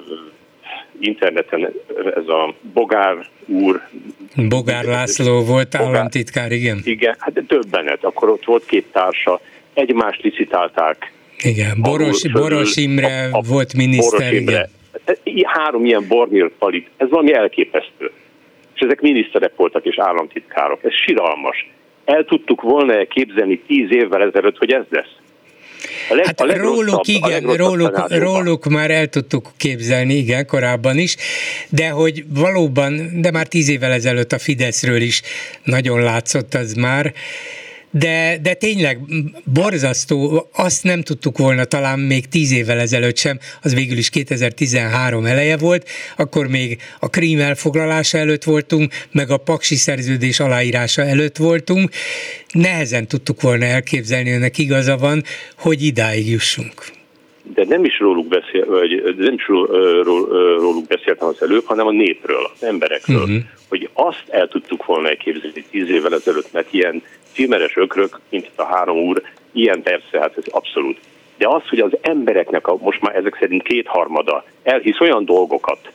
interneten, ez a Bogár úr. Bogár László volt államtitkár, igen. Igen, hát döbbenet. Akkor ott volt két társa, egymást licitálták. Igen, Boros, fölül, Boros Imre a, a volt miniszter, Boros Imre. Igen. Három ilyen Bormir palit, ez valami elképesztő. És ezek miniszterek voltak és államtitkárok. Ez siralmas. El tudtuk volna képzelni tíz évvel ezelőtt, hogy ez lesz? A leg, hát a róluk, igen, a róluk, róluk már el tudtuk képzelni, igen, korábban is, de hogy valóban, de már tíz évvel ezelőtt a Fideszről is nagyon látszott az már, de, de tényleg borzasztó, azt nem tudtuk volna talán még tíz évvel ezelőtt sem, az végül is kétezer-tizenhárom eleje volt, akkor még a Krím elfoglalása előtt voltunk, meg a Paksi Szerződés aláírása előtt voltunk, nehezen tudtuk volna elképzelni, önnek igaza van, hogy idáig jussunk. De nem is róluk, beszél, vagy nem is róluk beszéltem az előbb, hanem a népről, az emberekről, uh-huh. hogy azt el tudtuk volna elképzelni tíz évvel ezelőtt, mert ilyen címeres ökrök, mint itt a három úr, ilyen persze, hát ez abszolút. De az, hogy az embereknek a, most már ezek szerint kétharmada elhisz olyan dolgokat,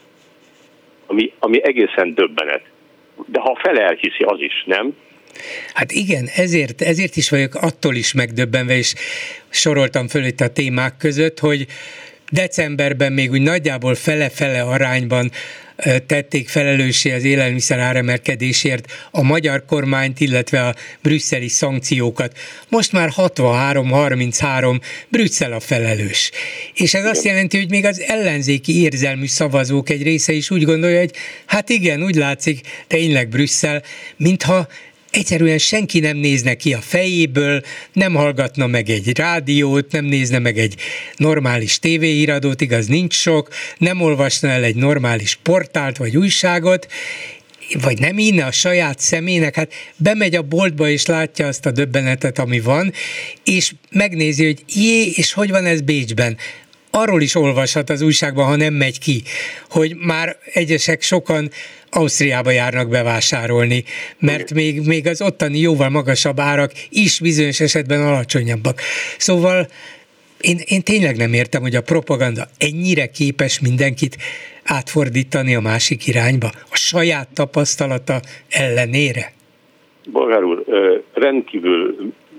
ami, ami egészen döbbenet. De ha fele elhiszi, az is, nem? Hát igen, ezért, ezért is vagyok attól is megdöbbenve, és soroltam föl itt a témák között, hogy decemberben még úgy nagyjából fele-fele arányban tették felelőssé az élelmiszer áremelkedésért a magyar kormányt, illetve a brüsszeli szankciókat. Most már hatvanhárom harminchárom Brüsszel a felelős. És ez azt jelenti, hogy még az ellenzéki érzelmű szavazók egy része is úgy gondolja, hogy hát igen, úgy látszik, tényleg Brüsszel, mintha egyszerűen senki nem nézne ki a fejéből, nem hallgatna meg egy rádiót, nem nézne meg egy normális tévéhíradót, igaz, nincs sok, nem olvasna el egy normális portált vagy újságot, vagy nem inne a saját szemének, hát bemegy a boltba és látja azt a döbbenetet, ami van, és megnézi, hogy jé, és hogy van ez Bécsben. Arról is olvashat az újságban, ha nem megy ki, hogy már egyesek sokan Ausztriába járnak bevásárolni, mert még, még az ottani jóval magasabb árak is bizonyos esetben alacsonyabbak. Szóval én, én tényleg nem értem, hogy a propaganda ennyire képes mindenkit átfordítani a másik irányba, a saját tapasztalata ellenére. Bolgár úr, rendkívül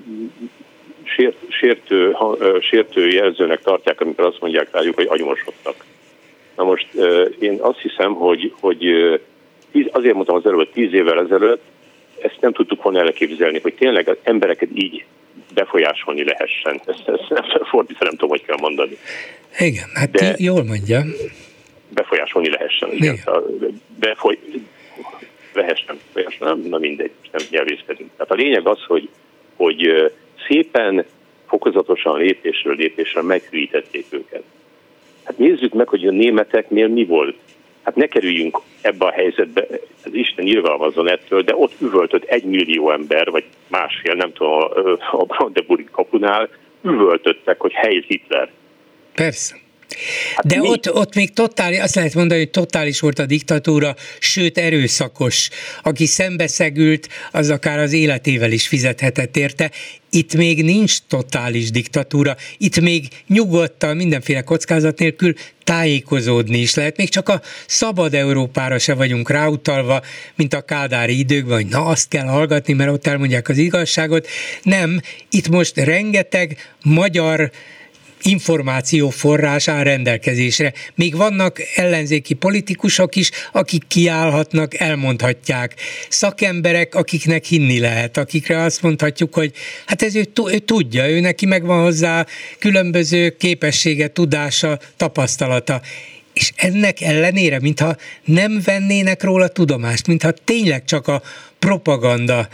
sért, sértő, sértő jelzőnek tartják, amikor azt mondják rájuk, hogy agymosodtak. Na most én azt hiszem, hogy, hogy azért mondtam az előbb, hogy tíz évvel ezelőtt ezt nem tudtuk volna elképzelni, hogy tényleg az embereket így befolyásolni lehessen. Ezt, ezt nem fordítva, nem tudom, hogy kell mondani. Igen, hát de jól mondja. Befolyásolni lehessen. Igen. Igen. Befoly... Lehessen. Nem? Na mindegy, nem nyelvészkedünk. Tehát a lényeg az, hogy, hogy szépen, fokozatosan, lépésről lépésre meghűítették őket. Hát nézzük meg, hogy a németeknél mi volt. Hát ne kerüljünk ebbe a helyzetbe, az Isten nyilvánvalóan ettől, de ott üvöltött egy millió ember, vagy másfél, nem tudom, a Brandenburgi kapunál, üvöltöttek, hogy Heil Hitler. Persze. Hát de ott, ott még totális, azt lehet mondani, hogy totális volt a diktatúra, sőt erőszakos. Aki szembeszegült, az akár az életével is fizethetett érte. Itt még nincs totális diktatúra, itt még nyugodtan, mindenféle kockázat nélkül tájékozódni is lehet. Még csak a szabad Európára se vagyunk ráutalva, mint a kádári időkben, hogy na azt kell hallgatni, mert ott elmondják az igazságot. Nem, itt most rengeteg magyar információforrás áll rendelkezésre. Még vannak ellenzéki politikusok is, akik kiállhatnak, elmondhatják. Szakemberek, akiknek hinni lehet, akikre azt mondhatjuk, hogy hát ez ő, ő tudja, ő neki megvan hozzá különböző képessége, tudása, tapasztalata. És ennek ellenére, mintha nem vennének róla tudomást, mintha tényleg csak a propaganda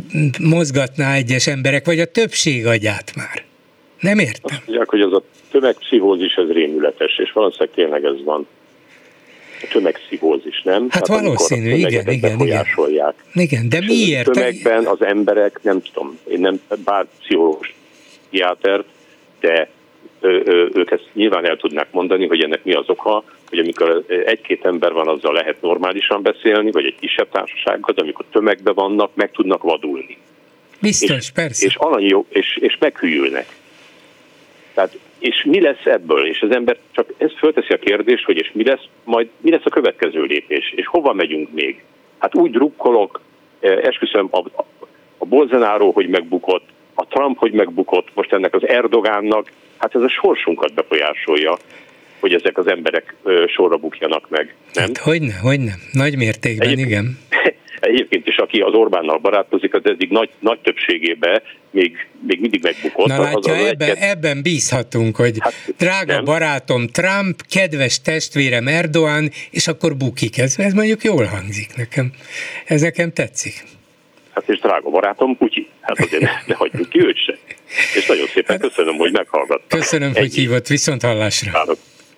mozgatná egyes emberek, vagy a többség agyát már. Nem értem. Azt mondják, hogy az a tömegpszichózis, ez rémületes, és valószínűleg tényleg ez van. A tömegpszichózis, nem? Hát tehát valószínű, igen, igen, igen. Igen, de miért? A tömegben az emberek, nem tudom, én nem bár pszichológus, pszichiáter, de ő, ő, ők ezt nyilván el tudnák mondani, hogy ennek mi az oka, hogy amikor egy-két ember van, azzal lehet normálisan beszélni, vagy egy kisebb társasággal, de amikor tömegben vannak, meg tudnak vadulni. Biztos, és, persze. És, alanyjó, és, és meghűlnek. Tehát, és mi lesz ebből? És az ember csak ezt fölteszi a kérdést, hogy és mi lesz, majd mi lesz a következő lépés, és hova megyünk még? Hát úgy drukkolok, esküszöm, a, a Bolsonaro, hogy megbukott, a Trump, hogy megbukott, most ennek az Erdogánnak, hát ez a sorsunkat befolyásolja, hogy ezek az emberek ö, sorra bukjanak meg, nem? Hát hogyne, hogyne, nagy mértékben, Egyéb, igen. Egyébként is, aki az Orbánnal barátkozik, az eddig nagy, nagy többségében még, még mindig megbukott. Na látja, az, az ebben, egy... ebben bízhatunk, hogy hát, drága nem. barátom Trump, kedves testvérem Erdogan, és akkor bukik. Ez, ez mondjuk jól hangzik nekem. Ez nekem tetszik. Hát és drága barátom Putyin. Hát azért ne, ne hagyjuk ki őt se. És nagyon szépen köszönöm, hogy meghallgattak. Köszönöm, Ennyi. hogy hívott. Viszont hallásra. Várok.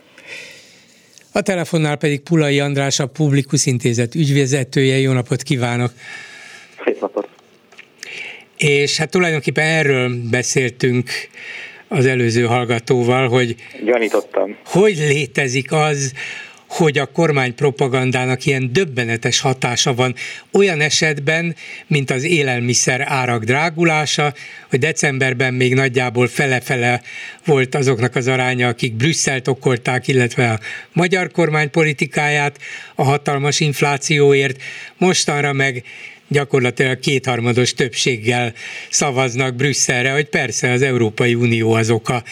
A telefonnál pedig Pulai András, a Publikus Intézet ügyvezetője. Jó napot kívánok! Szép napot! És hát tulajdonképpen erről beszéltünk az előző hallgatóval, hogy gyanítottam. Hogy létezik az, hogy a kormány propagandának ilyen döbbenetes hatása van olyan esetben, mint az élelmiszer árak drágulása, hogy decemberben még nagyjából fele-fele volt azoknak az aránya, akik Brüsszelt okolták, illetve a magyar kormány politikáját a hatalmas inflációért, mostanra meg gyakorlatilag kétharmados többséggel szavaznak Brüsszelre, hogy persze az Európai Unió az oka.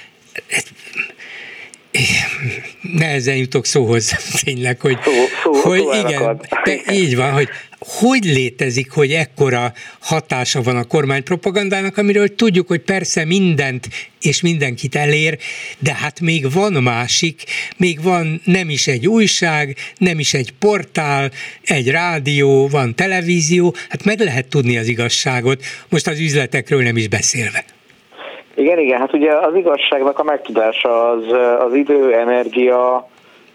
Nehezen jutok szóhoz tényleg, hogy, szó, szó, hogy szó igen, de így van, hogy hogy létezik, hogy ekkora hatása van a kormánypropagandának, amiről tudjuk, hogy persze mindent és mindenkit elér, de hát még van másik, még van nem is egy újság, nem is egy portál, egy rádió, van televízió, hát meg lehet tudni az igazságot, most az üzletekről nem is beszélve. Igen, igen, hát ugye az igazságnak a megtudása az, az idő, energia,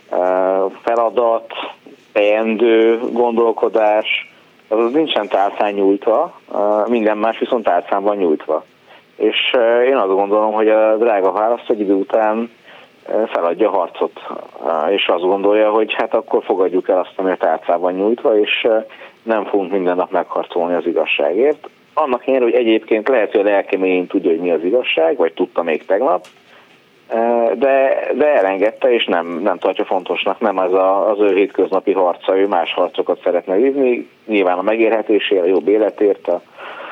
feladat, teendő, gondolkodás, az nincsen tálcán nyújtva, minden más viszont tálcán van nyújtva. És én azt gondolom, hogy a drága választ egy idő után feladja a harcot, és azt gondolja, hogy hát akkor fogadjuk el azt, ami a tálcán van nyújtva, és nem fogunk minden nap megharcolni az igazságért. Annak ellenére, hogy egyébként lehet, hogy a lelkeméjén tudja, hogy mi az igazság, vagy tudta még tegnap, de, de elengedte, és nem, nem tartja fontosnak, nem az a, az ő hétköznapi harca, ő más harcokat szeretne vívni, nyilván a megélhetésért, a jobb életért, a,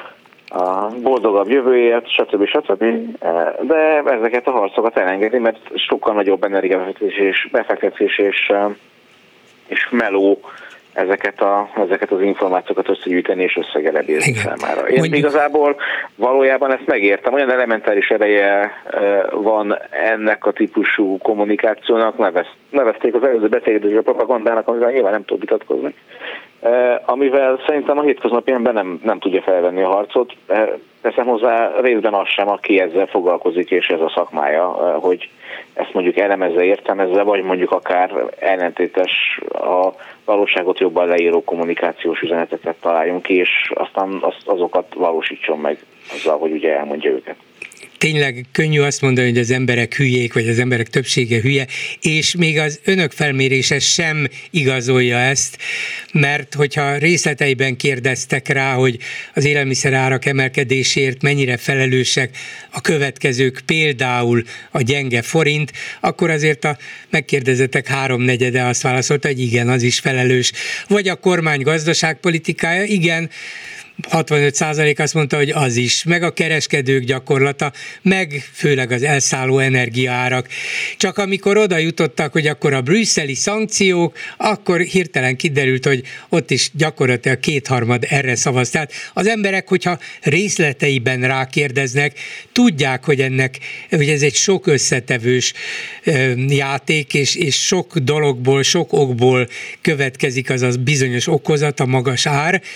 a boldogabb jövőért, stb. stb. De ezeket a harcokat elengedi, mert sokkal nagyobb energiabefektetés és, befektetés és, és meló ezeket, a, ezeket az információkat összegyűjteni és összegerebézni számára. Én Mondjuk. igazából valójában ezt megértem, olyan elementáris ereje van ennek a típusú kommunikációnak, nevez, nevezték az előző beszélgetésre a propagandának, amivel nyilván nem tud vitatkozni, amivel szerintem a hétköznapi ember nem, nem tudja felvenni a harcot. Teszem hozzá részben az sem, aki ezzel foglalkozik, és ez a szakmája, hogy ezt mondjuk elemezze, értelmezze, vagy mondjuk akár ellentétes a valóságot jobban leíró kommunikációs üzeneteket találjunk ki, és aztán azokat valósítson meg azzal, hogy ugye elmondja őket. Tényleg könnyű azt mondani, hogy az emberek hülyék, vagy az emberek többsége hülye, és még az önök felmérése sem igazolja ezt, mert hogyha részleteiben kérdeztek rá, hogy az élelmiszerárak emelkedésért mennyire felelősek a következők, például a gyenge forint, akkor azért a megkérdezettek háromnegyede azt válaszolta, hogy igen, az is felelős. Vagy a kormány gazdaságpolitikája, igen, hatvanöt százalék azt mondta, hogy az is, meg a kereskedők gyakorlata, meg főleg az elszálló energiaárak. Csak amikor oda jutottak, hogy akkor a brüsszeli szankciók, akkor hirtelen kiderült, hogy ott is gyakorlatilag kétharmad erre szavaz. Tehát az emberek, hogyha részleteiben rákérdeznek, tudják, hogy ennek, hogy ez egy sok összetevős játék, és, és sok dologból, sok okból következik az a bizonyos okozat, a magas ár,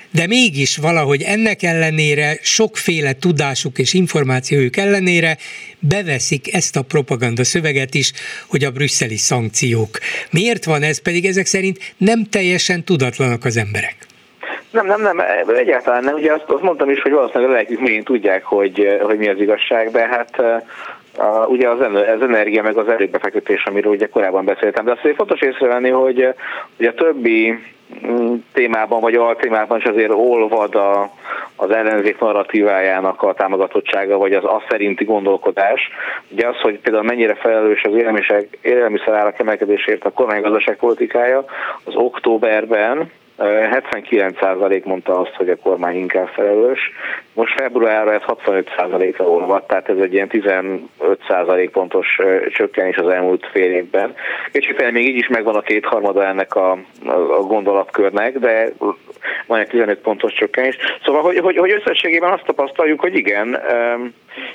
de mégis valahogy ennek ellenére, sokféle tudásuk és információjuk ellenére beveszik ezt a propaganda szöveget is, hogy a brüsszeli szankciók. Miért van ez? Pedig ezek szerint nem teljesen tudatlanak az emberek. Nem, nem, nem, egyáltalán nem. Ugye azt, azt mondtam is, hogy valószínűleg a lelkük mélyén tudják, hogy, hogy mi az igazság, de hát a, ugye az, az energia meg az erőbefektetés, amiről ugye korábban beszéltem, de azt azért fontos észrevenni, hogy, hogy a többi témában vagy altémában is azért olvad a, az ellenzék narratívájának a támogatottsága, vagy az az szerinti gondolkodás. Ugye az, hogy például mennyire felelős az élelmiszer árak emelkedésért a kormánygazdaságpolitikája, az októberben hetvenkilenc százalék mondta azt, hogy a kormány inkább felelős. Most februárra ez hatvanöt százalékra olvadt, tehát ez egy ilyen tizenöt százalék pontos csökkenés az elmúlt fél évben. Kicsit még így is megvan a kétharmada ennek a, a gondolatkörnek, de van egy tizenöt pontos csökkenés. Szóval, hogy, hogy, hogy összességében azt tapasztaljuk, hogy igen, um,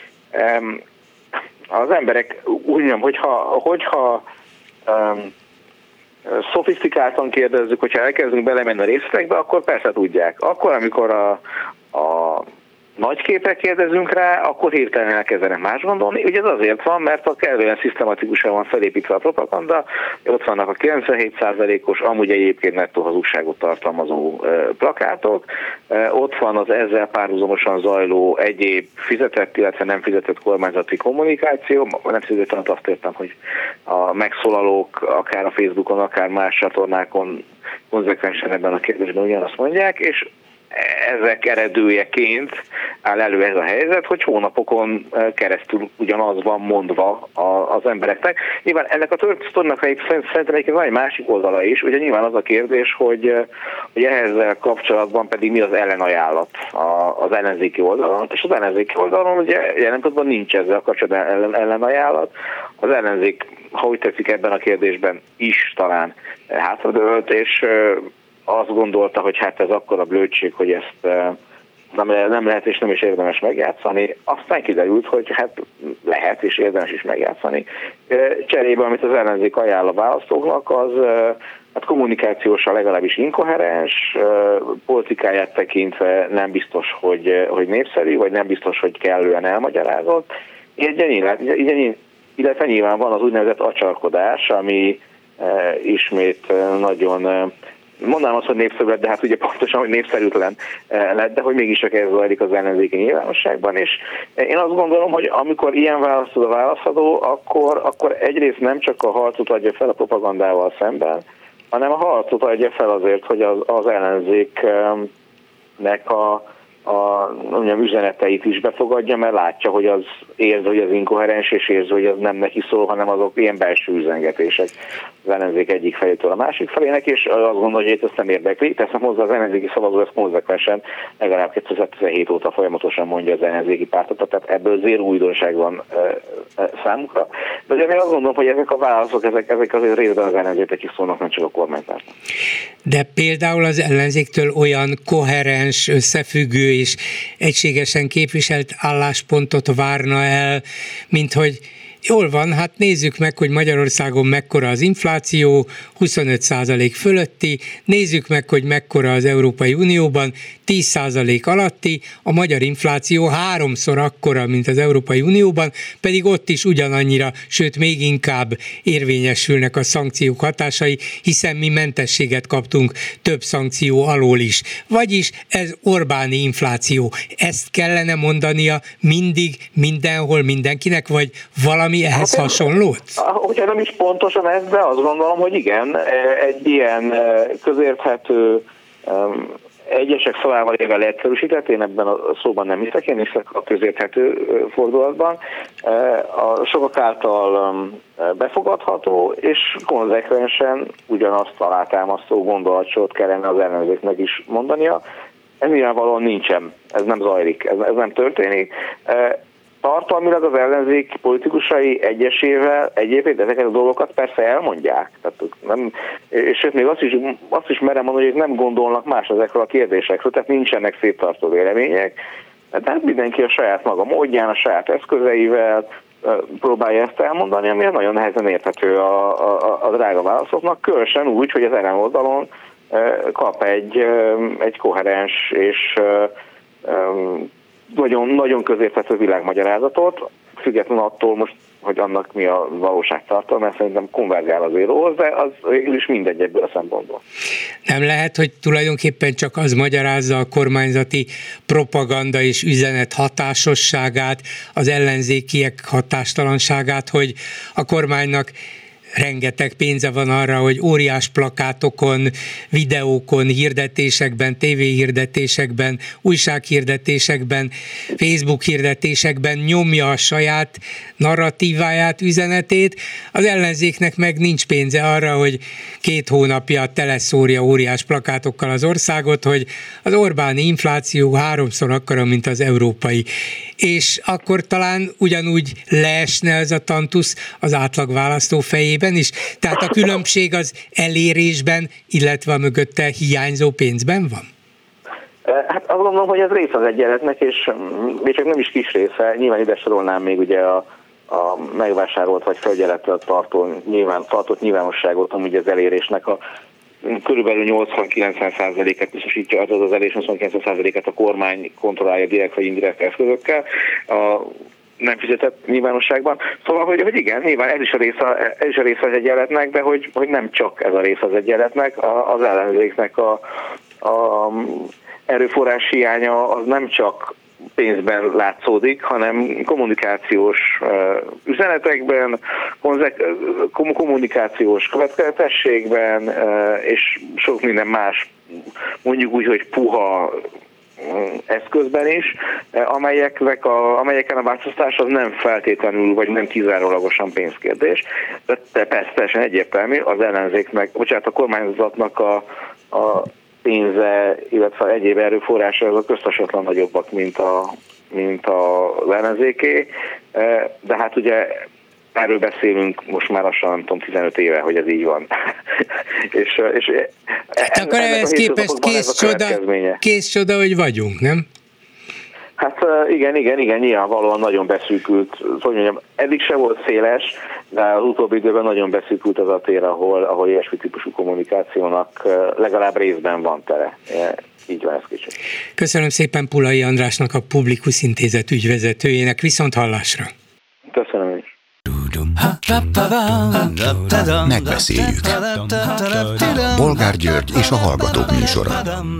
um, az emberek úgy mondjam, hogyha, hogyha um, szofisztikáltan kérdezzük, hogyha elkezdünk belemenni a részletekbe, akkor persze tudják. Akkor, amikor a, a nagy képre kérdezünk rá, akkor hirtelen elkezdenek más gondolni. Ugye ez azért van, mert a kellően szisztematikusan van felépítve a propaganda, ott vannak a kilencvenhét százalékos, amúgy egyébként nettó hazugságot tartalmazó plakátok, ott van az ezzel párhuzamosan zajló egyéb fizetett, illetve nem fizetett kormányzati kommunikáció. Nem fizetett, azt értem, hogy a megszólalók akár a Facebookon, akár más csatornákon konzekvensen ebben a kérdésben ugyanazt mondják, és ezek eredőjeként áll elő ez a helyzet, hogy hónapokon keresztül ugyanaz van mondva az embereknek. Nyilván ennek a történetnek szerintem egyébként van egy másik oldala is, ugye nyilván az a kérdés, hogy, hogy ehhez kapcsolatban pedig mi az ellenajánlat az ellenzéki oldalon, és az ellenzéki oldalon ugye jelen pillanatban nincs ezzel a kapcsolatban ellenajánlat. Az ellenzék, ha úgy tetszik, ebben a kérdésben is talán hátradőlt, és azt gondolta, hogy hát ez akkora blödség, hogy ezt nem, nem lehet és nem is érdemes megjátszani. Aztán kiderült, hogy hát lehet és érdemes is megjátszani. Cserébe, amit az ellenzék ajánl a választóknak, az hát kommunikációsan legalábbis inkoherens, politikáját tekintve nem biztos, hogy, hogy népszerű, vagy nem biztos, hogy kellően elmagyarázott. Illetve nyilván van az úgynevezett acsarkodás, ami ismét nagyon... Mondanám azt, hogy népszerű lett, de hát ugye pontosan, hogy népszerűtlen lett, de hogy mégis csak ez zajlik az ellenzéki nyilvánosságban, és én azt gondolom, hogy amikor ilyen választod a válaszadó, akkor, akkor egyrészt nem csak a harcot adja fel a propagandával szemben, hanem a harcot adja fel azért, hogy az, az ellenzéknek a a mondjam, üzeneteit is befogadja, mert látja, hogy az érzi, hogy az inkoherens, és érzi, hogy az nem neki szól, hanem azok ilyen belső üzengetések az ellenzék egyik felétől a másik felének, és azt gondolja, hogy ezt nem érdekli. Teszem hozzá, az ellenzéki szavazó ezt konzekvensen legalább kétezer-tizenhét óta folyamatosan mondja az ellenzéki pártot, tehát ebből zéró újdonság van e, e, számukra. De ugye én azt gondolom, hogy ezek a válaszok, ezek, ezek azért részben az ellenzéknek is szólnak, nem csak a kormánypártnak. De például az ellenzéktől olyan koherens, összefüggő és egységesen képviselt álláspontot várna el, mint hogy jól van, hát nézzük meg, hogy Magyarországon mekkora az infláció, huszonöt százalék fölötti, nézzük meg, hogy mekkora az Európai Unióban, tíz százalék alatti, a magyar infláció háromszor akkora, mint az Európai Unióban, pedig ott is ugyanannyira, sőt még inkább érvényesülnek a szankciók hatásai, hiszen mi mentességet kaptunk több szankció alól is. Vagyis ez Orbáni infláció. Ezt kellene mondania mindig, mindenhol, mindenkinek, vagy valami ehhez hát, hasonlót? Hogyha nem is pontosan ez, de azt gondolom, hogy igen, egy ilyen közérthető, egyesek szavával éve leegyszerűsített, én ebben a szóban nem hiszek, én hiszek a közérthető fordulatban, a sokak által befogadható, és konzekvensen ugyanazt alátámasztó gondolatsort kellene az ellenzéknek is mondania. Ez nyilvánvalóan nincsen, ez nem zajlik, ez, ez nem történik. Tartalmilag az ellenzék politikusai egyesével egyébként ezeket a dolgokat persze elmondják. Tehát nem, és sőt, még azt is, azt is merem mondani, hogy nem gondolnak más ezekről a kérdésekről, tehát nincsenek széttartó vélemények. Tehát mindenki a saját maga módján, a saját eszközeivel próbálja ezt elmondani, ami nagyon nehezen érthető a, a, a drága válaszoknak, különösen úgy, hogy az ellen oldalon kap egy, egy koherens és nagyon, nagyon közérthető világmagyarázatot, függetlenül attól most, hogy annak mi a valóságtartalma, mert szerintem konvergál az íróhoz, de az végül is mindegy ebből a szempontból. Nem lehet, hogy tulajdonképpen csak az magyarázza a kormányzati propaganda és üzenet hatásosságát, az ellenzékiek hatástalanságát, hogy a kormánynak rengeteg pénze van arra, hogy óriás plakátokon, videókon, hirdetésekben, tévéhirdetésekben, újsághirdetésekben, Facebook hirdetésekben nyomja a saját narratíváját, üzenetét. Az ellenzéknek meg nincs pénze arra, hogy két hónapja teleszórja óriás plakátokkal az országot, hogy az Orbáni infláció háromszor akkora, mint az európai. És akkor talán ugyanúgy leesne ez a tantusz az átlag választó fejében is. Tehát a különbség az elérésben, illetve a mögötte hiányzó pénzben van? Hát azt gondolom, hogy ez része az egyenletnek, és még csak nem is kis része. Nyilván ide sorolnám még ugye a, a megvásárolt vagy felügyelettel tartó nyilván, tartott nyilvánosságot, amúgy az elérésnek a körülbelül nyolcvan-kilencven százalékát biztosítja, az az elérés nyolcvan-kilencven százalékát a kormány kontrollálja direkt vagy indirekt eszközökkel. A nem fizetett nyilvánosságban. Szóval, hogy, hogy igen, nyilván ez is a része, ez is a része az egyenletnek, de hogy, hogy nem csak ez a része az egyenletnek, az ellenzéknek a, a erőforrás hiánya az nem csak pénzben látszódik, hanem kommunikációs üzenetekben, kommunikációs következetességben, és sok minden más, mondjuk úgy, hogy puha eszközben is, amelyeknek a, amelyeken a változtatás az nem feltétlenül, vagy nem kizárólagosan pénzkérdés. De persze teljesen egyértelmű, az ellenzéknek, bocsánat, a kormányzatnak a, a pénze, illetve egyéb erőforrása azok köztesatlan nagyobbak, mint, a, mint az ellenzéké, de hát ugye erről beszélünk most már lassan, nem tudom, tizenöt éve, hogy ez így van. és, és hát akkor ehhez képest kész csoda, kész csoda, hogy vagyunk, nem? Hát igen, igen, igen, nyilvánvalóan nagyon beszűkült, hogy mondjam, eddig se volt széles, de az utóbbi időben nagyon beszűkült az a tér, ahol, ahol ilyesmi típusú kommunikációnak legalább részben van tere. Így van ez kicsit. Köszönöm szépen Pulai Andrásnak, a Publikus Intézet ügyvezetőjének, viszont hallásra. Köszönöm is. Megbeszéljük. Bolgár György és a Hallgatók műsora.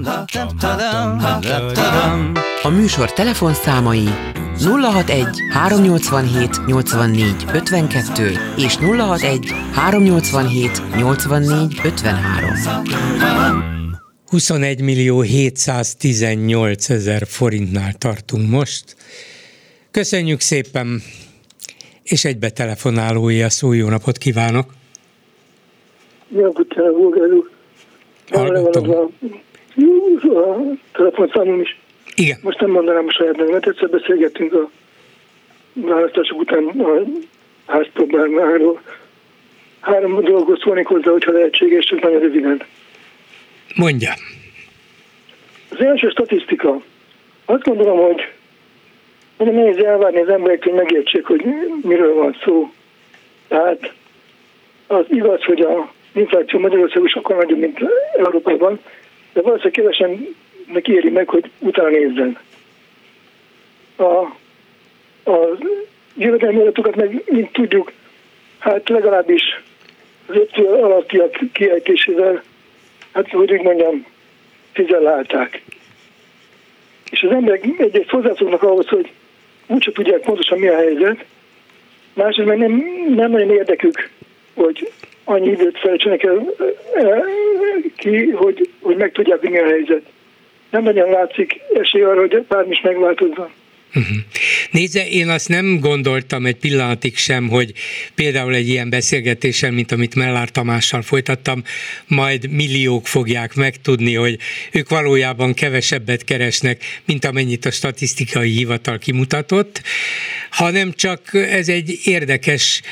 A műsor telefonszámai nulla hatvanegy háromnyolcvanhét nyolcvannégy ötvenkettő és nulla hatvanegy háromnyolcvanhét nyolcvannégy ötvenhárom. huszonegy millió hétszáztizennyolc ezer forintnál tartunk most. Köszönjük szépen! És egybe telefonálója szó, jó napot kívánok! Jó napot kívánok, Bolgár úr! Hallgatom. A, a telefonszámom is. Igen. Most nem mondanám a saját nevemet, egyszer beszélgettünk a választások után a házproblémáról. Három dolgot szólnék hozzá, hogyha lehetséges, csak nagyon röviden. Mondja. Az első statisztika. Azt gondolom, hogy nagyon nehéz elvárni az emberektől, hogy megértsék, hogy miről van szó. Tehát az igaz, hogy az infláció Magyarországon sokkal nagyobb, mint Európában, de valószínűleg kevesen éri meg, hogy utána nézzen. A, a jövedelmi adatokat meg, mint tudjuk, hát legalábbis az öt alattiak kiejtésével, hát hogy úgy mondjam, tizellálták. És az emberek egy-egy hozzászoknak ahhoz, hogy úgyse tudják pontosan mi a helyzet, másrészt meg nem, nem nagyon érdekük, hogy annyi időt feltsenek el, el ki, hogy, hogy megtudják, hogy mi a helyzet. Nem nagyon látszik esély arra, hogy bármi is megváltozzon. Uh-huh. Nézze, én azt nem gondoltam egy pillanatig sem, hogy például egy ilyen beszélgetésen, mint amit Mellár Tamással folytattam, majd milliók fogják megtudni, hogy ők valójában kevesebbet keresnek, mint amennyit a statisztikai hivatal kimutatott, hanem csak ez egy érdekes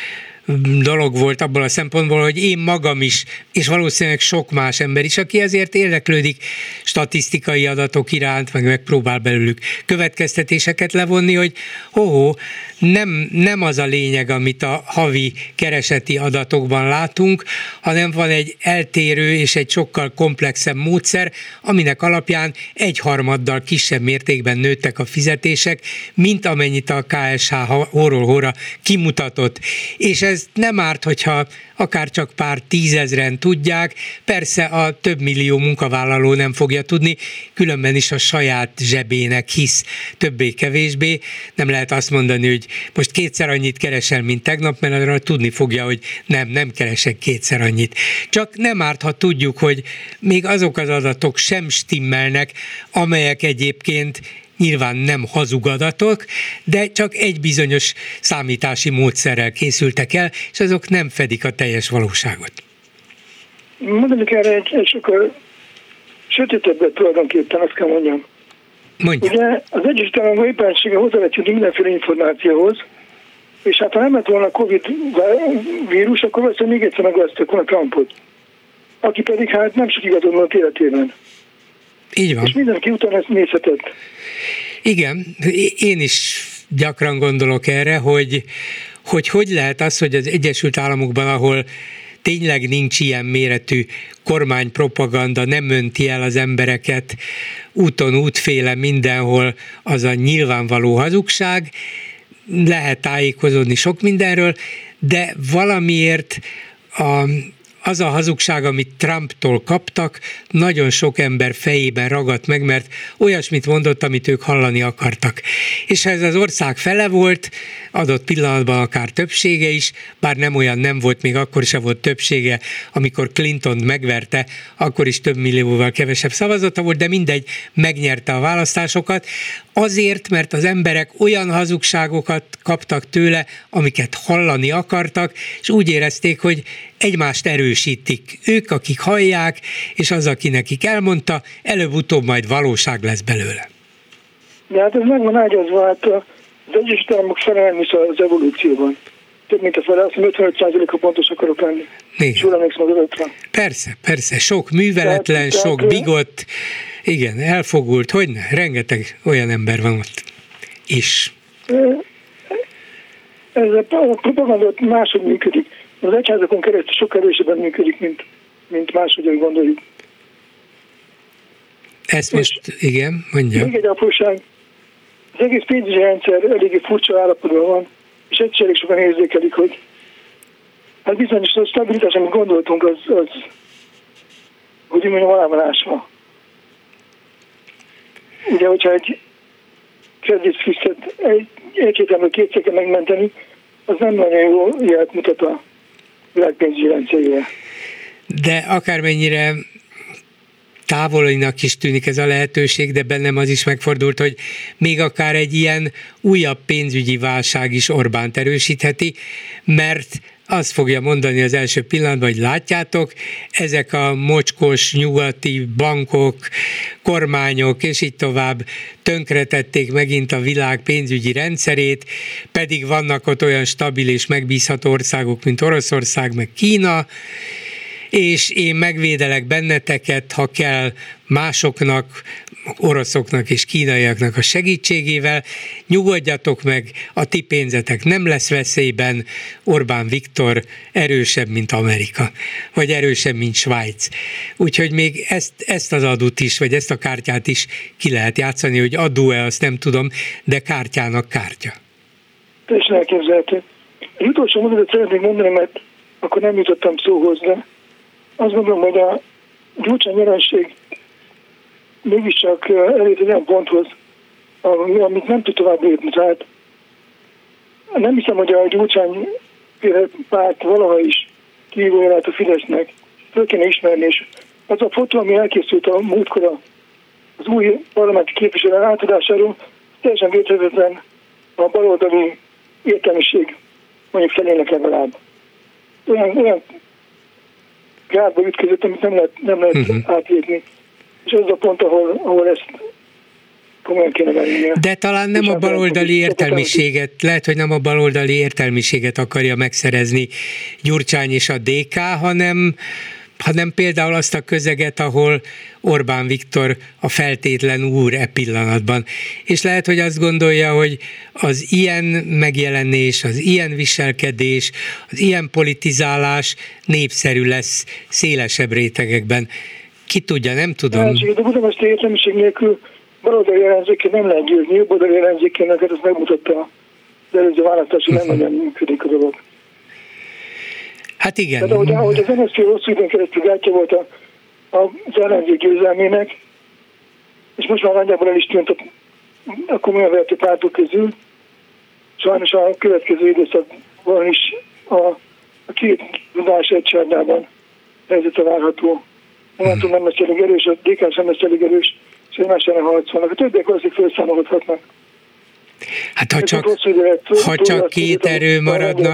dolog volt abból a szempontból, hogy én magam is, és valószínűleg sok más ember is, aki ezért érdeklődik statisztikai adatok iránt, meg megpróbál belőlük következtetéseket levonni, hogy hoho, nem, nem az a lényeg, amit a havi kereseti adatokban látunk, hanem van egy eltérő és egy sokkal komplexebb módszer, aminek alapján egyharmaddal kisebb mértékben nőttek a fizetések, mint amennyit a ká es há hóról hóra kimutatott. És ez nem árt, hogyha akár csak pár tízezren tudják, persze a több millió munkavállaló nem fogja tudni, különben is a saját zsebének hisz többé-kevésbé. Nem lehet azt mondani, hogy most kétszer annyit keresel, mint tegnap, mert arra tudni fogja, hogy nem, nem keresek kétszer annyit. Csak nem árt, ha tudjuk, hogy még azok az adatok sem stimmelnek, amelyek egyébként nyilván nem hazug adatok, de csak egy bizonyos számítási módszerrel készültek el, és azok nem fedik a teljes valóságot. Mondanék erre egy, egy sokkal sötétebbet tulajdonképpen, azt kell mondjam. Mondja. Ugye az Egyesült Államok éppensége hozzá lehet jutni mindenféle információhoz, és hát ha nem lett volna a Covid vírus, akkor valószínűleg még egyszer megválasztották volna Trumpot, aki pedig hát nem sok igazad volt életében. Így van. És mindenki utána ezt nézhetett. Igen, én is gyakran gondolok erre, hogy, hogy hogy lehet az, hogy az Egyesült Államokban, ahol tényleg nincs ilyen méretű kormánypropaganda, nem önti el az embereket úton, útféle mindenhol az a nyilvánvaló hazugság, lehet tájékozódni sok mindenről, de valamiért a az a hazugság, amit Trumptól kaptak, nagyon sok ember fejében ragadt meg, mert olyasmit mondott, amit ők hallani akartak. És ha ez az ország fele volt, adott pillanatban akár többsége is, bár nem olyan nem volt, még akkor sem volt többsége, amikor Clinton megverte, akkor is több millióval kevesebb szavazata volt, de mindegy, megnyerte a választásokat, azért, mert az emberek olyan hazugságokat kaptak tőle, amiket hallani akartak, és úgy érezték, hogy egymást erősítik. Ők, akik hallják, és az, aki nekik elmondta, előbb-utóbb majd valóság lesz belőle. De hát ez meg van ágyazva, hát az Egyesült Államok fele nem is az evolúcióban. Több mint a fele, azt mondom, ötvenöt százaléka pontos akarok lenni. És jól emlékszem az ötven. Persze, persze, sok műveletlen, tehát, sok tehát, bigott, igen, elfogult, hogyne, rengeteg olyan ember van ott is. Ez a propaganda máshogy működik. Az egyházakon keresztül sokkal erősebben működik, mint, mint máshogy, ahogy gondoljuk. Ezt most, és igen, mondja. Még egy apróság. Az egész pénzügyi rendszer eléggé furcsa állapotban van, és egyszerűen sokan érzékelik, hogy hát bizonyos a stabilitás, amit gondoltunk, az, az hogy mondjam, alá van ásva. Ugye, hogyha egy Credit Suisse-et egy, egy-két ember kétszer kell megmenteni, az nem nagyon jó jelet mutat a világpénzügyi rendszerére. De akármennyire távolinak is tűnik ez a lehetőség, de bennem az is megfordult, hogy még akár egy ilyen újabb pénzügyi válság is Orbánt erősítheti, mert azt fogja mondani az első pillanatban, hogy látjátok, ezek a mocskos nyugati bankok, kormányok, és így tovább tönkretették megint a világ pénzügyi rendszerét, pedig vannak ott olyan stabil és megbízható országok, mint Oroszország, meg Kína, és én megvédelek benneteket, ha kell másoknak, oroszoknak és kínaiaknak a segítségével, nyugodjatok meg, a ti pénzetek nem lesz veszélyben, Orbán Viktor erősebb, mint Amerika, vagy erősebb, mint Svájc. Úgyhogy még ezt, ezt az adót is, vagy ezt a kártyát is ki lehet játszani, hogy adó-e, azt nem tudom, de kártyának kártya. Teljesen elképzelhető. Egy utolsó mondatot szeretnék mondani, mert akkor nem jutottam szóhoz, de azt gondolom, hogy a Gyurcsány nyerenség mégiscsak elért egy olyan ponthoz, amit nem tud tovább lépni. Tehát nem hiszem, hogy a Gyurcsány párt valaha is kívülje lehet a Fidesznek. Föl kéne ismerni, és az a fotó, ami elkészült a múltkor az új parlamenti képviselő átadásáról, teljesen védhetetlen a baloldali értelmiség, mondjuk felének legalább. Olyan, olyan gátba ütközött, amit nem lehet, nem lehet uh-huh. átlépni. És ez a pont, ahol, ahol ezt komolyan kéne vennie. De talán nem És a baloldali értelmiséget, lehet, hogy nem a baloldali értelmiséget akarja megszerezni Gyurcsány és a dé ká, hanem, hanem például azt a közeget, ahol Orbán Viktor a feltétlen úr e pillanatban. És lehet, hogy azt gondolja, hogy az ilyen megjelenés, az ilyen viselkedés, az ilyen politizálás népszerű lesz szélesebb rétegekben. Ki tudja, nem tudom. Hát, de budapesti értelmiség nélkül baloldali ellenzékén nem lehet győzni, jobboldali ellenzékének ezt megmutatta az előző választás, hogy nem nagyon működik a dolog. Hát igen. Tehát ahogy, ahogy az en es zé pé hosszú időn keresztül gátja volt a, a, az ellenzék győzelmének, és most már nagyjából el is tűnt a, a komolyan vehető pártok közül, sajnos a következő időszakban is a, a két tudás egy csardában helyzete várható. Momentum nem lesz elég erős, a dé ká sem lesz elég erős, és egymás ellen harcolnak. A többiek valószínűleg felszámolhatnak. Hát ha csak, ha csak két erő maradna,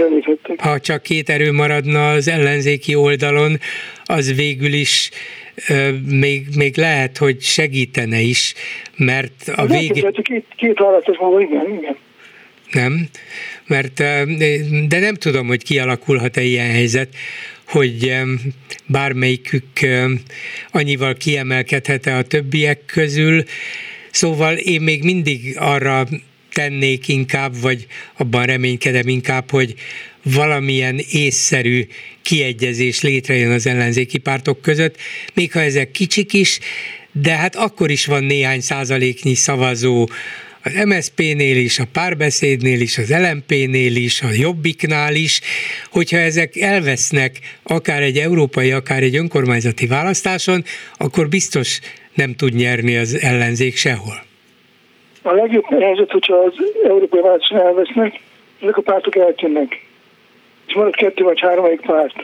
ha csak két erő maradna az ellenzéki oldalon, az végül is euh, még, még lehet, hogy segítene is, mert a végén... Két, két választás múlva, igen, igen. Nem, mert de nem tudom, hogy kialakulhat-e ilyen helyzet, hogy bármelyikük annyival kiemelkedhet-e a többiek közül. Szóval én még mindig arra tennék inkább, vagy abban reménykedem inkább, hogy valamilyen észszerű kiegyezés létrejön az ellenzéki pártok között, még ha ezek kicsik is, de hát akkor is van néhány százaléknyi szavazó az em es zé pénél is, a Párbeszédnél is, az el em pénél is, a Jobbiknál is, hogyha ezek elvesznek akár egy európai, akár egy önkormányzati választáson, akkor biztos nem tud nyerni az ellenzék sehol. A legjobb helyzet, hogyha az európai választáson elvesznek, ezek a pártok eltűnnek. És marad kettő vagy háromelyik párt.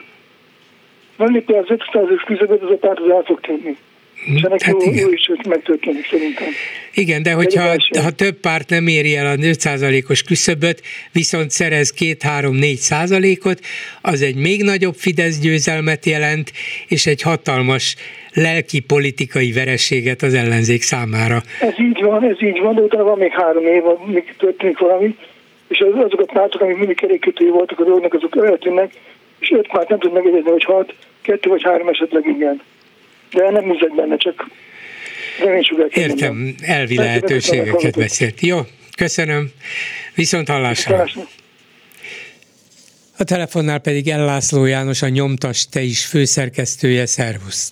Van itt az öt százalékos küszöböt, az a párt az el fog tűnni. És ennek hát jó, jó is, hogy megtörténik szerintem. Igen, de hogyha ha több párt nem éri el a öt százalékos küszöböt, viszont szerez két-három-négy százalékot, az egy még nagyobb Fidesz győzelmet jelent, és egy hatalmas lelki politikai vereséget az ellenzék számára. Ez így van, ez így van, de utána van még három év, még történik valami, és az, azok a pártok, amik mindig kerékkötői voltak a dolognak, azok eltűnnek, és öt párt nem tud megegyezni, hogy hat, kettő vagy három esetleg igen. De nem hiszek benne, csak reménysugárként. Értem, mondom. Elvi lehetőségeket beszélt. Jó, köszönöm. Viszont hallásra. A telefonnál pedig L. László János, a Nyomtass Te is főszerkesztője. Szervusz.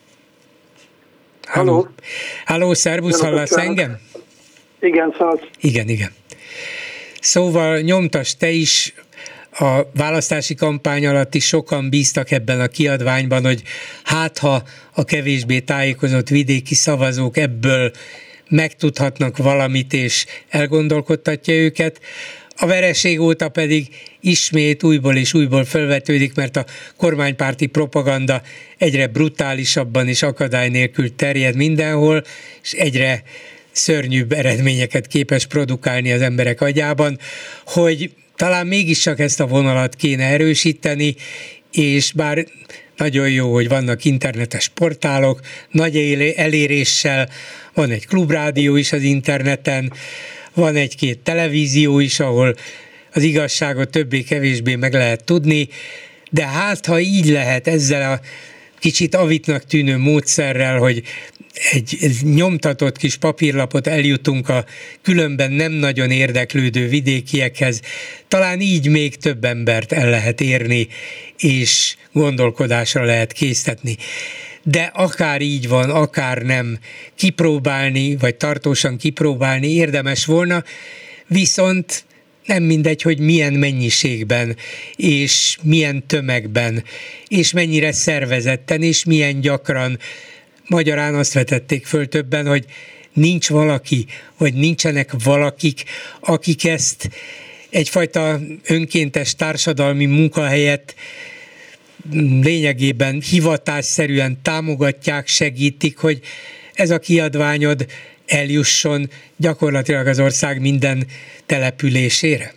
Halló. Halló, szervusz, hallasz engem? Igen, száz. Igen, igen. Szóval Nyomtass Te is. A választási kampány alatt is sokan bíztak ebben a kiadványban, hogy hát ha a kevésbé tájékozott vidéki szavazók ebből megtudhatnak valamit, és elgondolkodtatja őket. A vereség óta pedig ismét újból és újból felvetődik, mert a kormánypárti propaganda egyre brutálisabban és akadály nélkül terjed mindenhol, és egyre szörnyűbb eredményeket képes produkálni az emberek agyában, hogy talán mégiscsak ezt a vonalat kéne erősíteni, és bár nagyon jó, hogy vannak internetes portálok, nagy eléréssel, van egy klubrádió is az interneten, van egy-két televízió is, ahol az igazságot többé-kevésbé meg lehet tudni, de hát ha így lehet ezzel a kicsit avitnak tűnő módszerrel, hogy egy, egy nyomtatott kis papírlapot eljutunk a különben nem nagyon érdeklődő vidékiekhez, talán így még több embert el lehet érni, és gondolkodásra lehet késztetni. De akár így van, akár nem, kipróbálni, vagy tartósan kipróbálni érdemes volna, viszont nem mindegy, hogy milyen mennyiségben, és milyen tömegben, és mennyire szervezetten, és milyen gyakran. Magyarán azt vetették föl többen, hogy nincs valaki, vagy nincsenek valakik, akik ezt egyfajta önkéntes társadalmi munkahelyet lényegében hivatásszerűen támogatják, segítik, hogy ez a kiadványod eljusson gyakorlatilag az ország minden településére?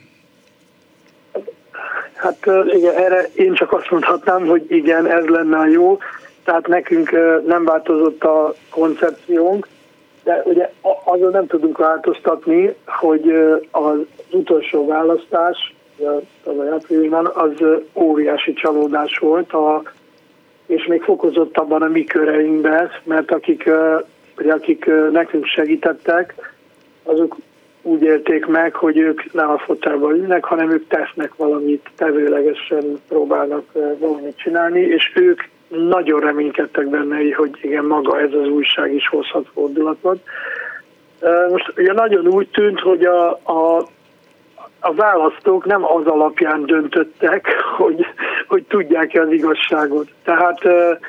Hát igen, erre én csak azt mondhatnám, hogy igen, ez lenne a jó. Tehát nekünk nem változott a koncepciónk. De ugye azon nem tudunk változtatni, hogy az utolsó választás, az áprilisban, az óriási csalódás volt, a, és még fokozottabban a mi köreinkben, mert akik, ugye, akik nekünk segítettek, azok úgy élték meg, hogy ők nem a fotelban ülnek, hanem ők tesznek valamit, tevőlegesen próbálnak valamit csinálni, és ők nagyon reménykedtek benne, hogy igen, maga ez az újság is hozhat fordulatot. Most ugye nagyon úgy tűnt, hogy a, a, a választók nem az alapján döntöttek, hogy, hogy tudják-e az igazságot. Tehát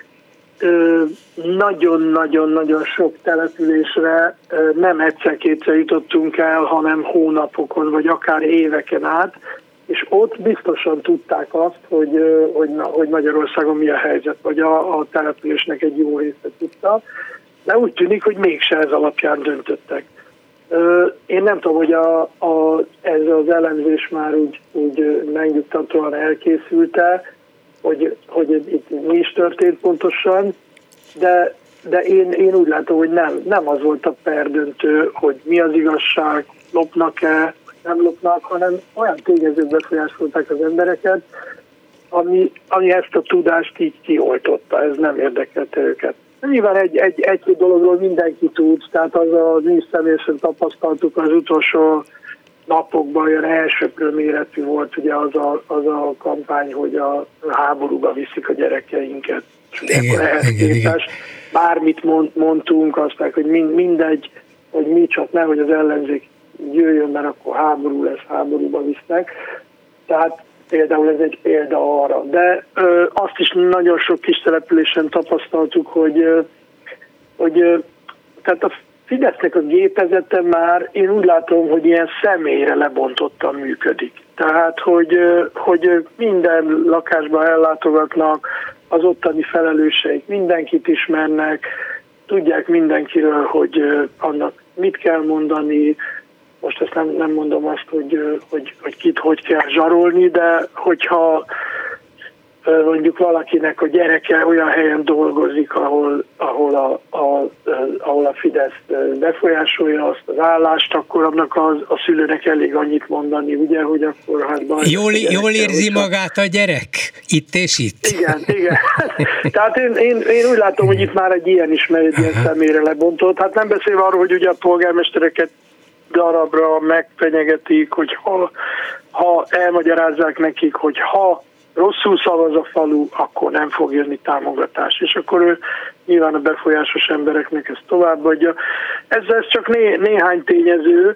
nagyon-nagyon-nagyon sok településre nem egyszer-kétszer jutottunk el, hanem hónapokon, vagy akár éveken át, és ott biztosan tudták azt, hogy, hogy, hogy Magyarországon mi a helyzet, vagy a, a településnek egy jó része tudta, de úgy tűnik, hogy mégse ez alapján döntöttek. Én nem tudom, hogy a, a, ez az elemzés már úgy, úgy megnyugtatóan elkészült-e, hogy, hogy itt mi is történt pontosan, de, de én, én úgy látom, hogy nem, nem az volt a perdöntő, hogy mi az igazság, lopnak-e, nem lopnak, hanem olyan tényezők befolyásolták az embereket, ami, ami ezt a tudást így kioltotta, ez nem érdekelte őket. Nyilván egy, egy, egy dologról mindenki tud, tehát az az mi személyesen tapasztaltuk az utolsó napokban, olyan elsőprő méretű volt ugye az a, az a kampány, hogy a háborúba viszik a gyerekeinket. Igen, akkor ehhez igen, képest igen. Bármit mond, mondtunk, azt meg, hogy mindegy, hogy mi csak ne, hogy az ellenzék jöjjön, mert akkor háború lesz, háborúba visznek. Tehát például ez egy példa arra. De ö, azt is nagyon sok kis településen tapasztaltuk, hogy, ö, hogy ö, tehát a Fidesznek a gépezete már, én úgy látom, hogy ilyen személyre lebontottan működik. Tehát, hogy, ö, hogy minden lakásban ellátogatnak, az ottani felelőseik mindenkit ismernek, tudják mindenkiről, hogy ö, annak mit kell mondani. Most ezt nem, nem mondom azt, hogy, hogy, hogy kit hogy kell zsarolni, de hogyha mondjuk valakinek a gyereke olyan helyen dolgozik, ahol, ahol, a, a, ahol a Fidesz befolyásolja azt az állást, akkor annak a, a szülőnek elég annyit mondani, ugye, hogy akkor hát... Jól, jól érzi hogyha... magát a gyerek? Itt és itt? Igen, igen. Tehát én, én, én úgy látom, hogy itt már egy ilyen ismer, egy ilyen személyre lebontott. Hát nem beszélve arról, hogy ugye a polgármestereket darabra megfenyegetik, hogy ha, ha elmagyarázzák nekik, hogy ha rosszul szavaz a falu, akkor nem fog jönni támogatás. És akkor ő nyilván a befolyásos embereknek ezt továbbadja. Ez, ez csak né, néhány tényező,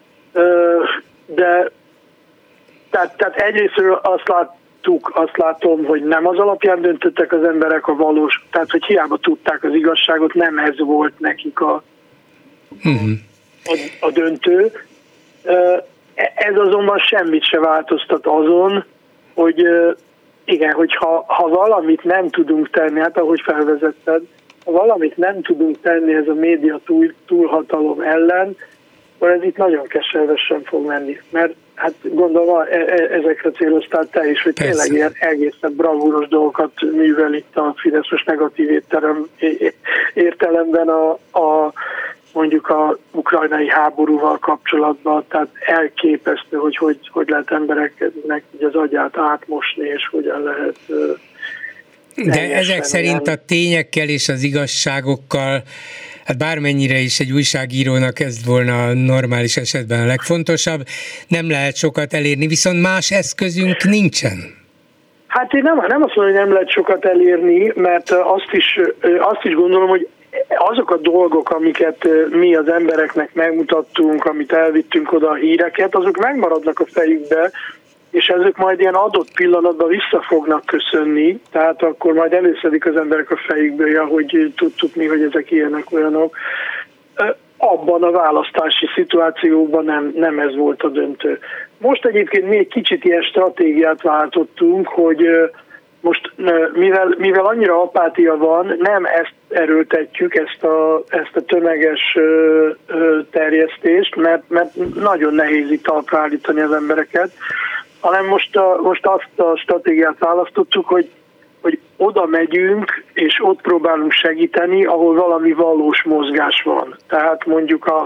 de tehát, tehát egyrésztről azt láttuk, azt látom, hogy nem az alapján döntöttek az emberek a valós, tehát hogy hiába tudták az igazságot, nem ez volt nekik a uh-huh. A, a döntő. Ez azonban semmit se változtat azon, hogy igen, hogyha ha valamit nem tudunk tenni, hát ahogy felvezetted, ha valamit nem tudunk tenni ez a média túl, túlhatalom ellen, akkor ez itt nagyon keservesen fog menni. Mert hát gondolom ezekre céloztál te is, hogy Persze. tényleg ilyen egészen bravúros dolgokat művel itt a Fidesz most negatív étterem, értelemben a, a mondjuk a ukrajnai háborúval kapcsolatban, tehát elképesztő, hogy hogy, hogy lehet embereknek az agyát átmosni, és hogyan lehet... De ezek szerint a tényekkel és az igazságokkal, hát bármennyire is egy újságírónak ez volna normális esetben a legfontosabb, nem lehet sokat elérni, viszont más eszközünk nincsen. Hát én nem, nem azt mondom, hogy nem lehet sokat elérni, mert azt is, azt is gondolom, hogy azok a dolgok, amiket mi az embereknek megmutattunk, amit elvittünk oda a híreket, azok megmaradnak a fejükbe, és ezek majd ilyen adott pillanatban vissza fognak köszönni, tehát akkor majd előszedik az emberek a fejükből, ja, hogy tudtuk mi, hogy ezek ilyenek, olyanok. Abban a választási szituációban nem, nem ez volt a döntő. Most egyébként mi egy kicsit ilyen stratégiát váltottunk, hogy most mivel, mivel annyira apátia van, nem ezt erőltetjük, ezt a, ezt a tömeges ö, ö, terjesztést, mert, mert nagyon nehéz itt talpra állítani az embereket, hanem most, a, most azt a stratégiát választottuk, hogy hogy oda megyünk, és ott próbálunk segíteni, ahol valami valós mozgás van. Tehát mondjuk a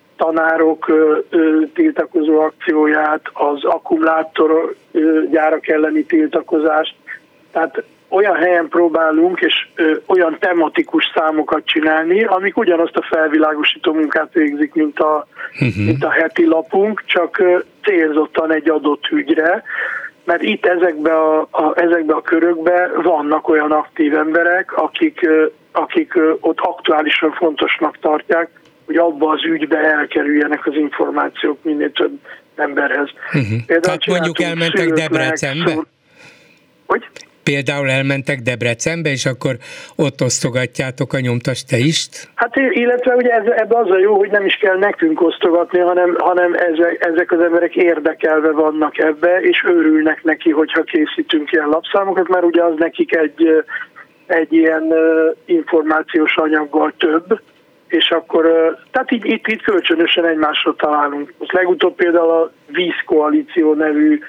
tanárok ö, ö, tiltakozó akcióját, az akkumulátor ö, gyárak elleni tiltakozást. Tehát olyan helyen próbálunk, és ö, olyan tematikus számokat csinálni, amik ugyanazt a felvilágosító munkát végzik, mint a, uh-huh. mint a heti lapunk, csak ö, célzottan egy adott ügyre, mert itt ezekbe a, a, ezekbe a körökbe vannak olyan aktív emberek, akik, ö, akik ö, ott aktuálisan fontosnak tartják, hogy abba az ügybe elkerüljenek az információk minél több emberhez. Uh-huh. Tehát mondjuk elmentek Debrecenbe? Szó... Hogy? Például elmentek Debrecenbe, és akkor ott osztogatjátok a nyomtas teist? Hát illetve ugye ez, ebben az a jó, hogy nem is kell nekünk osztogatni, hanem, hanem ezek, ezek az emberek érdekelve vannak ebbe, és örülnek neki, hogyha készítünk ilyen lapszámokat, mert ugye az nekik egy, egy ilyen információs anyaggal több, és akkor, tehát így, itt, itt kölcsönösen egymásra találunk. Most legutóbb például a Vízkoalíció nevű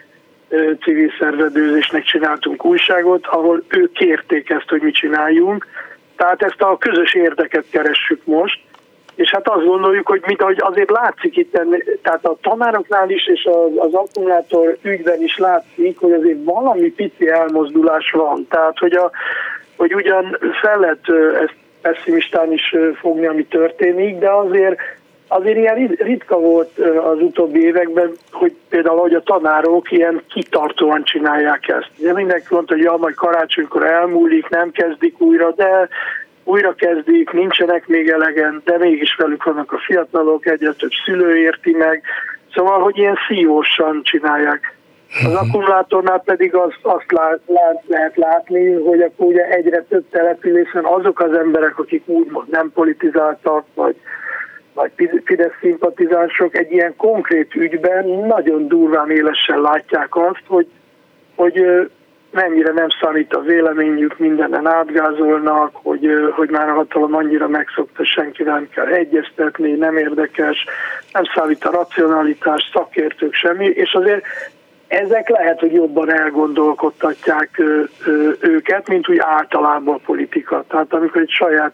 civil szerveződésnek csináltunk újságot, ahol ők kérték ezt, hogy mi csináljunk. Tehát ezt a közös érdeket keressük most, és hát azt gondoljuk, hogy mint ahogy azért látszik itt, tehát a tanároknál is, és az, az akkumulátor ügyben is látszik, hogy azért valami pici elmozdulás van. Tehát, hogy, a, hogy ugyan fel lehet ezt pessimistán is fogni, ami történik, de azért Azért ilyen ritka volt az utóbbi években, hogy például, hogy a tanárok ilyen kitartóan csinálják ezt. Ugye mindenki mondta, hogy ja, majd karácsonykor elmúlik, nem kezdik újra, de újra kezdik, nincsenek még elegen, de mégis velük vannak a fiatalok, egyre több szülő érti meg. Szóval, hogy ilyen szívósan csinálják. Az akkumulátornál pedig azt, azt lát, lát, lehet látni, hogy akkor ugye egyre több településen azok az emberek, akik úgymond nem politizáltak, vagy vagy Fidesz szimpatizánsok egy ilyen konkrét ügyben nagyon durván élesen látják azt, hogy, hogy mennyire nem számít a véleményük, mindenen átgázolnak, hogy, hogy már a hatalom annyira megszokta, senkivel nem kell egyeztetni, nem érdekes, nem számít a racionalitás, szakértők, semmi, és azért ezek lehet, hogy jobban elgondolkodtatják őket, mint úgy általában a politika. Tehát amikor egy saját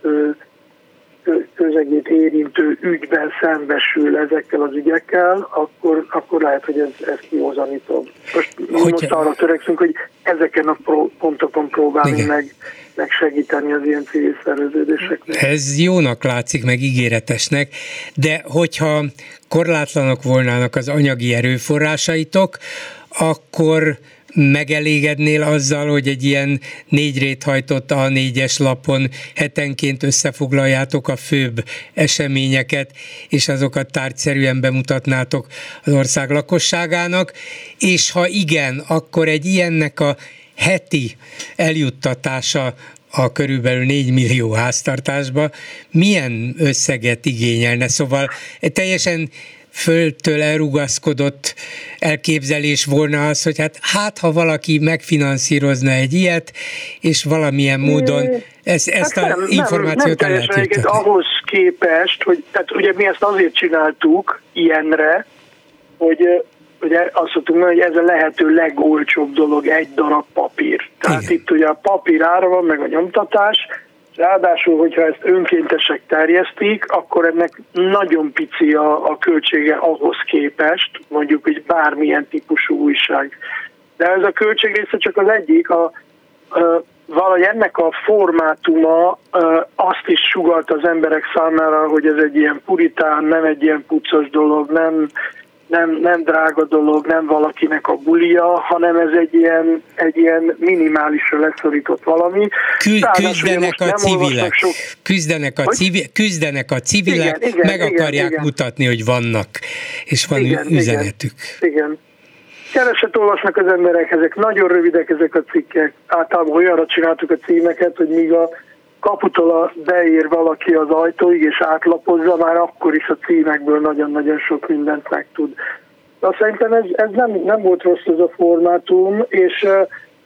közegét érintő ügyben szembesül ezekkel az ügyekkel, akkor, akkor lehet, hogy ez, ez kihozanítóbb. Most, most arra törekszünk, hogy ezeken a pró- pontokon próbálni meg, meg segíteni az ilyen civil szerveződéseknek. Ez jónak látszik, meg ígéretesnek, de hogyha korlátlanok volnának az anyagi erőforrásaitok, akkor megelégednél azzal, hogy egy ilyen négy réthajtott á négyes lapon hetenként összefoglaljátok a főbb eseményeket, és azokat tárgyszerűen bemutatnátok az ország lakosságának, és ha igen, akkor egy ilyennek a heti eljuttatása a körülbelül négy millió háztartásba milyen összeget igényelne? Szóval teljesen földtől elrugaszkodott elképzelés volna az, hogy hát, hát ha valaki megfinanszírozna egy ilyet, és valamilyen módon ez, ezt hát az információt el lehet juttatni. Ahhoz képest, hogy tehát ugye mi ezt azért csináltuk ilyenre, hogy ugye azt mondtuk, hogy ez a lehető legolcsóbb dolog, egy darab papír. Tehát igen. Itt ugye a papír ára van, meg a nyomtatás, ráadásul, hogyha ezt önkéntesek terjesztik, akkor ennek nagyon pici a, a költsége ahhoz képest, mondjuk, hogy bármilyen típusú újság. De ez a költség része csak az egyik, a, a, valahogy ennek a formátuma a, azt is sugalt az emberek számára, hogy ez egy ilyen puritán, nem egy ilyen puccos dolog, nem... Nem, nem drága dolog, nem valakinek a bulia, hanem ez egy ilyen, egy ilyen minimálisra leszorított valami. Kü- küzdenek, a civilek, sok... küzdenek, a civil, küzdenek a civilek, igen, igen, meg igen, akarják igen. mutatni, hogy vannak, és van igen, üzenetük. Igen, igen. Keveset olvasnak az emberek, ezek nagyon rövidek ezek a cikkek. Általában olyanra csináltuk a címeket, hogy míg a kaputól beér valaki az ajtóig és átlapozza, már akkor is a címekből nagyon-nagyon sok mindent megtud. De szerintem ez, ez nem, nem volt rossz ez a formátum, és uh,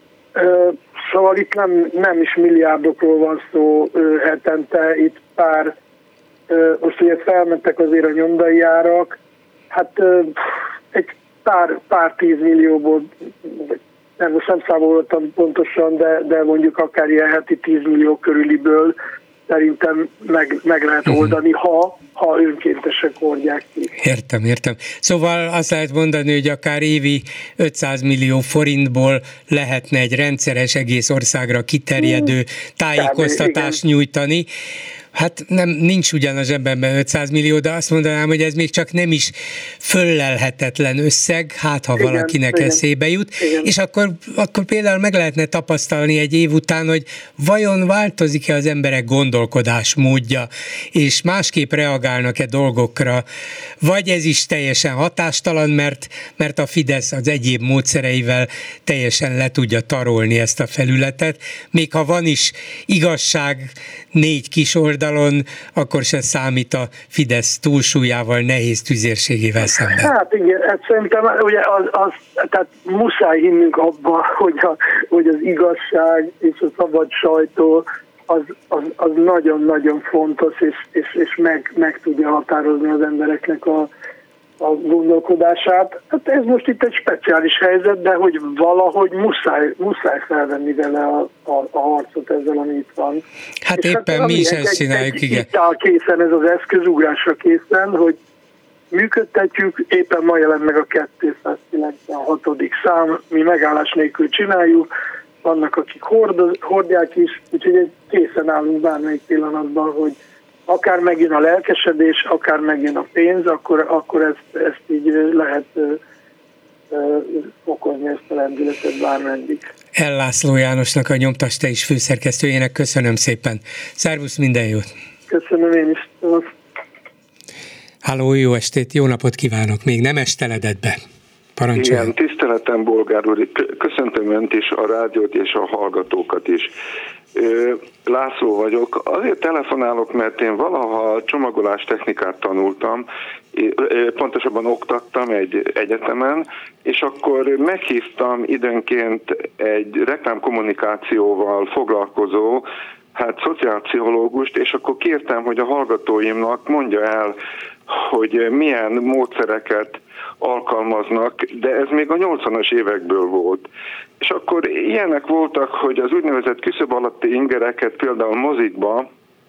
uh, szóval itt nem, nem is milliárdokról van szó uh, hetente, itt pár, uh, most ugye felmentek azért a nyomdai árak, hát uh, egy pár, pár tízmillióból nem, most nem számoltam pontosan, de, de mondjuk akár ilyen heti tíz millió körüliből szerintem meg, meg lehet oldani, ha, ha önkéntesek oldják ki. Értem, értem. Szóval azt lehet mondani, hogy akár évi ötszáz millió forintból lehetne egy rendszeres, egész országra kiterjedő tájékoztatást nyújtani. Hát nem, nincs ugyan a zsebemben ötszáz millió, de azt mondanám, hogy ez még csak nem is föllelhetetlen összeg, hát ha igen, valakinek igen, eszébe jut, igen. És akkor, akkor például meg lehetne tapasztalni egy év után, hogy vajon változik-e az emberek gondolkodásmódja, és másképp reagálnak-e dolgokra, vagy ez is teljesen hatástalan, mert, mert a Fidesz az egyéb módszereivel teljesen le tudja tarolni ezt a felületet, még ha van is igazság négy kis oldalon, akkor se számít a Fidesz túlsúlyával, nehéz tüzérségével szemben. Hát igen, hát szerintem ugye az, az, tehát muszáj hinnünk abba, hogy, a, hogy az igazság és a szabad sajtó az, az, az nagyon-nagyon fontos, és, és, és meg, meg tudja határozni az embereknek a, a gondolkodását. Hát ez most itt egy speciális helyzet, de hogy valahogy muszáj, muszáj felvenni vele a, a, a harcot ezzel, ami itt van. Hát és éppen hát, mi is ezt csináljuk, egy, igen. Itt áll készen ez az eszköz, ugrásra készen, hogy működtetjük, éppen ma jelent meg a kétszázkilencvenhatodik szám, mi megállás nélkül csináljuk, vannak, akik hordoz, hordják is, úgyhogy készen állunk bármelyik pillanatban, hogy akár megjön a lelkesedés, akár megjön a pénz, akkor, akkor ezt, ezt így lehet ö, ö, fokozni, ezt a lendületet bármeddig. El László Jánosnak, a Nyomtas Te is főszerkesztőjének köszönöm szépen. Szervusz, minden jót! Köszönöm én is. Halló, jó estét, jó napot kívánok! Még nem esteledett be. Parancsolj. Igen, tiszteletem, Bolgár úr, köszöntöm Önt is, a rádiót és a hallgatókat is. László vagyok. Azért telefonálok, mert én valaha csomagolás technikát tanultam, pontosabban oktattam egy egyetemen, és akkor meghívtam időnként egy reklámkommunikációval foglalkozó, hát szociálpszichológust, és akkor kértem, hogy a hallgatóimnak mondja el, hogy milyen módszereket alkalmaznak, de ez még a nyolcvanas évekből volt. És akkor ilyenek voltak, hogy az úgynevezett küszöb alatti ingereket például mozikba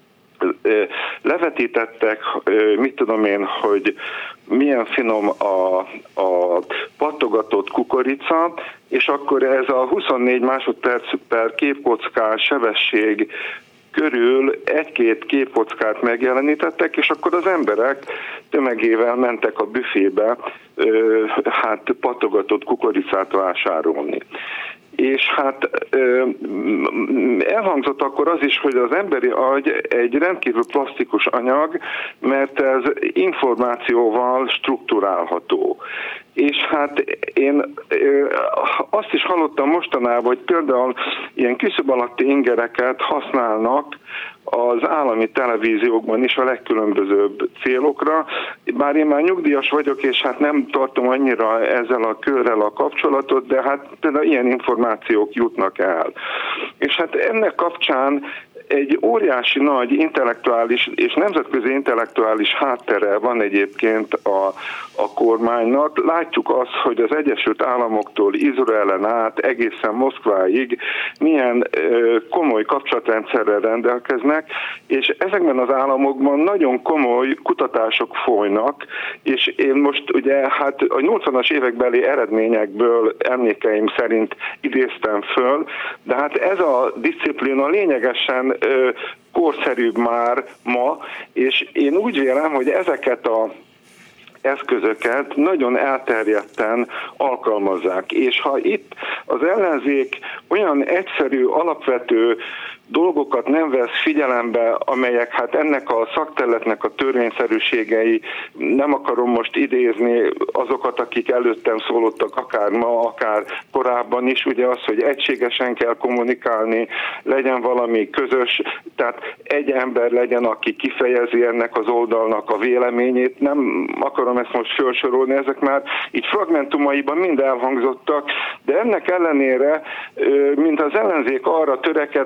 levetítettek, mit tudom én, hogy milyen finom a, a pattogatott kukorica, és akkor ez a huszonnégy másodperc per képkockás sebesség körül egy-két képkockát megjelenítettek, és akkor az emberek tömegével mentek a büfébe hát pattogatott kukoricát vásárolni. És hát elhangzott akkor az is, hogy az emberi agy egy rendkívül plastikus anyag, mert ez információval strukturálható. És hát én azt is hallottam mostanában, hogy például ilyen küszöb alatti ingereket használnak az állami televíziókban is a legkülönbözőbb célokra. Bár én már nyugdíjas vagyok, és hát nem tartom annyira ezzel a körrel a kapcsolatot, de hát például ilyen információk jutnak el. És hát ennek kapcsán egy óriási nagy intellektuális és nemzetközi intellektuális háttere van egyébként a, a kormánynak. Látjuk azt, hogy az Egyesült Államoktól Izraelen át egészen Moszkváig milyen ö, komoly kapcsolatrendszerrel rendelkeznek, és ezekben az államokban nagyon komoly kutatások folynak, és én most ugye hát a nyolcvanas évekbeli eredményekből emlékeim szerint idéztem föl, de hát ez a diszciplína lényegesen ö, korszerűbb már ma, és én úgy vélem, hogy ezeket a eszközöket nagyon elterjedten alkalmazzák. És ha itt az ellenzék olyan egyszerű, alapvető dolgokat nem vesz figyelembe, amelyek hát ennek a szakterületnek a törvényszerűségei, nem akarom most idézni azokat, akik előttem szólottak, akár ma, akár korábban is, ugye az, hogy egységesen kell kommunikálni, legyen valami közös, tehát egy ember legyen, aki kifejezi ennek az oldalnak a véleményét, nem akarom ezt most felsorolni, ezek már így fragmentumaiban mind elhangzottak, de ennek ellenére, mint az ellenzék arra törekedne, hogy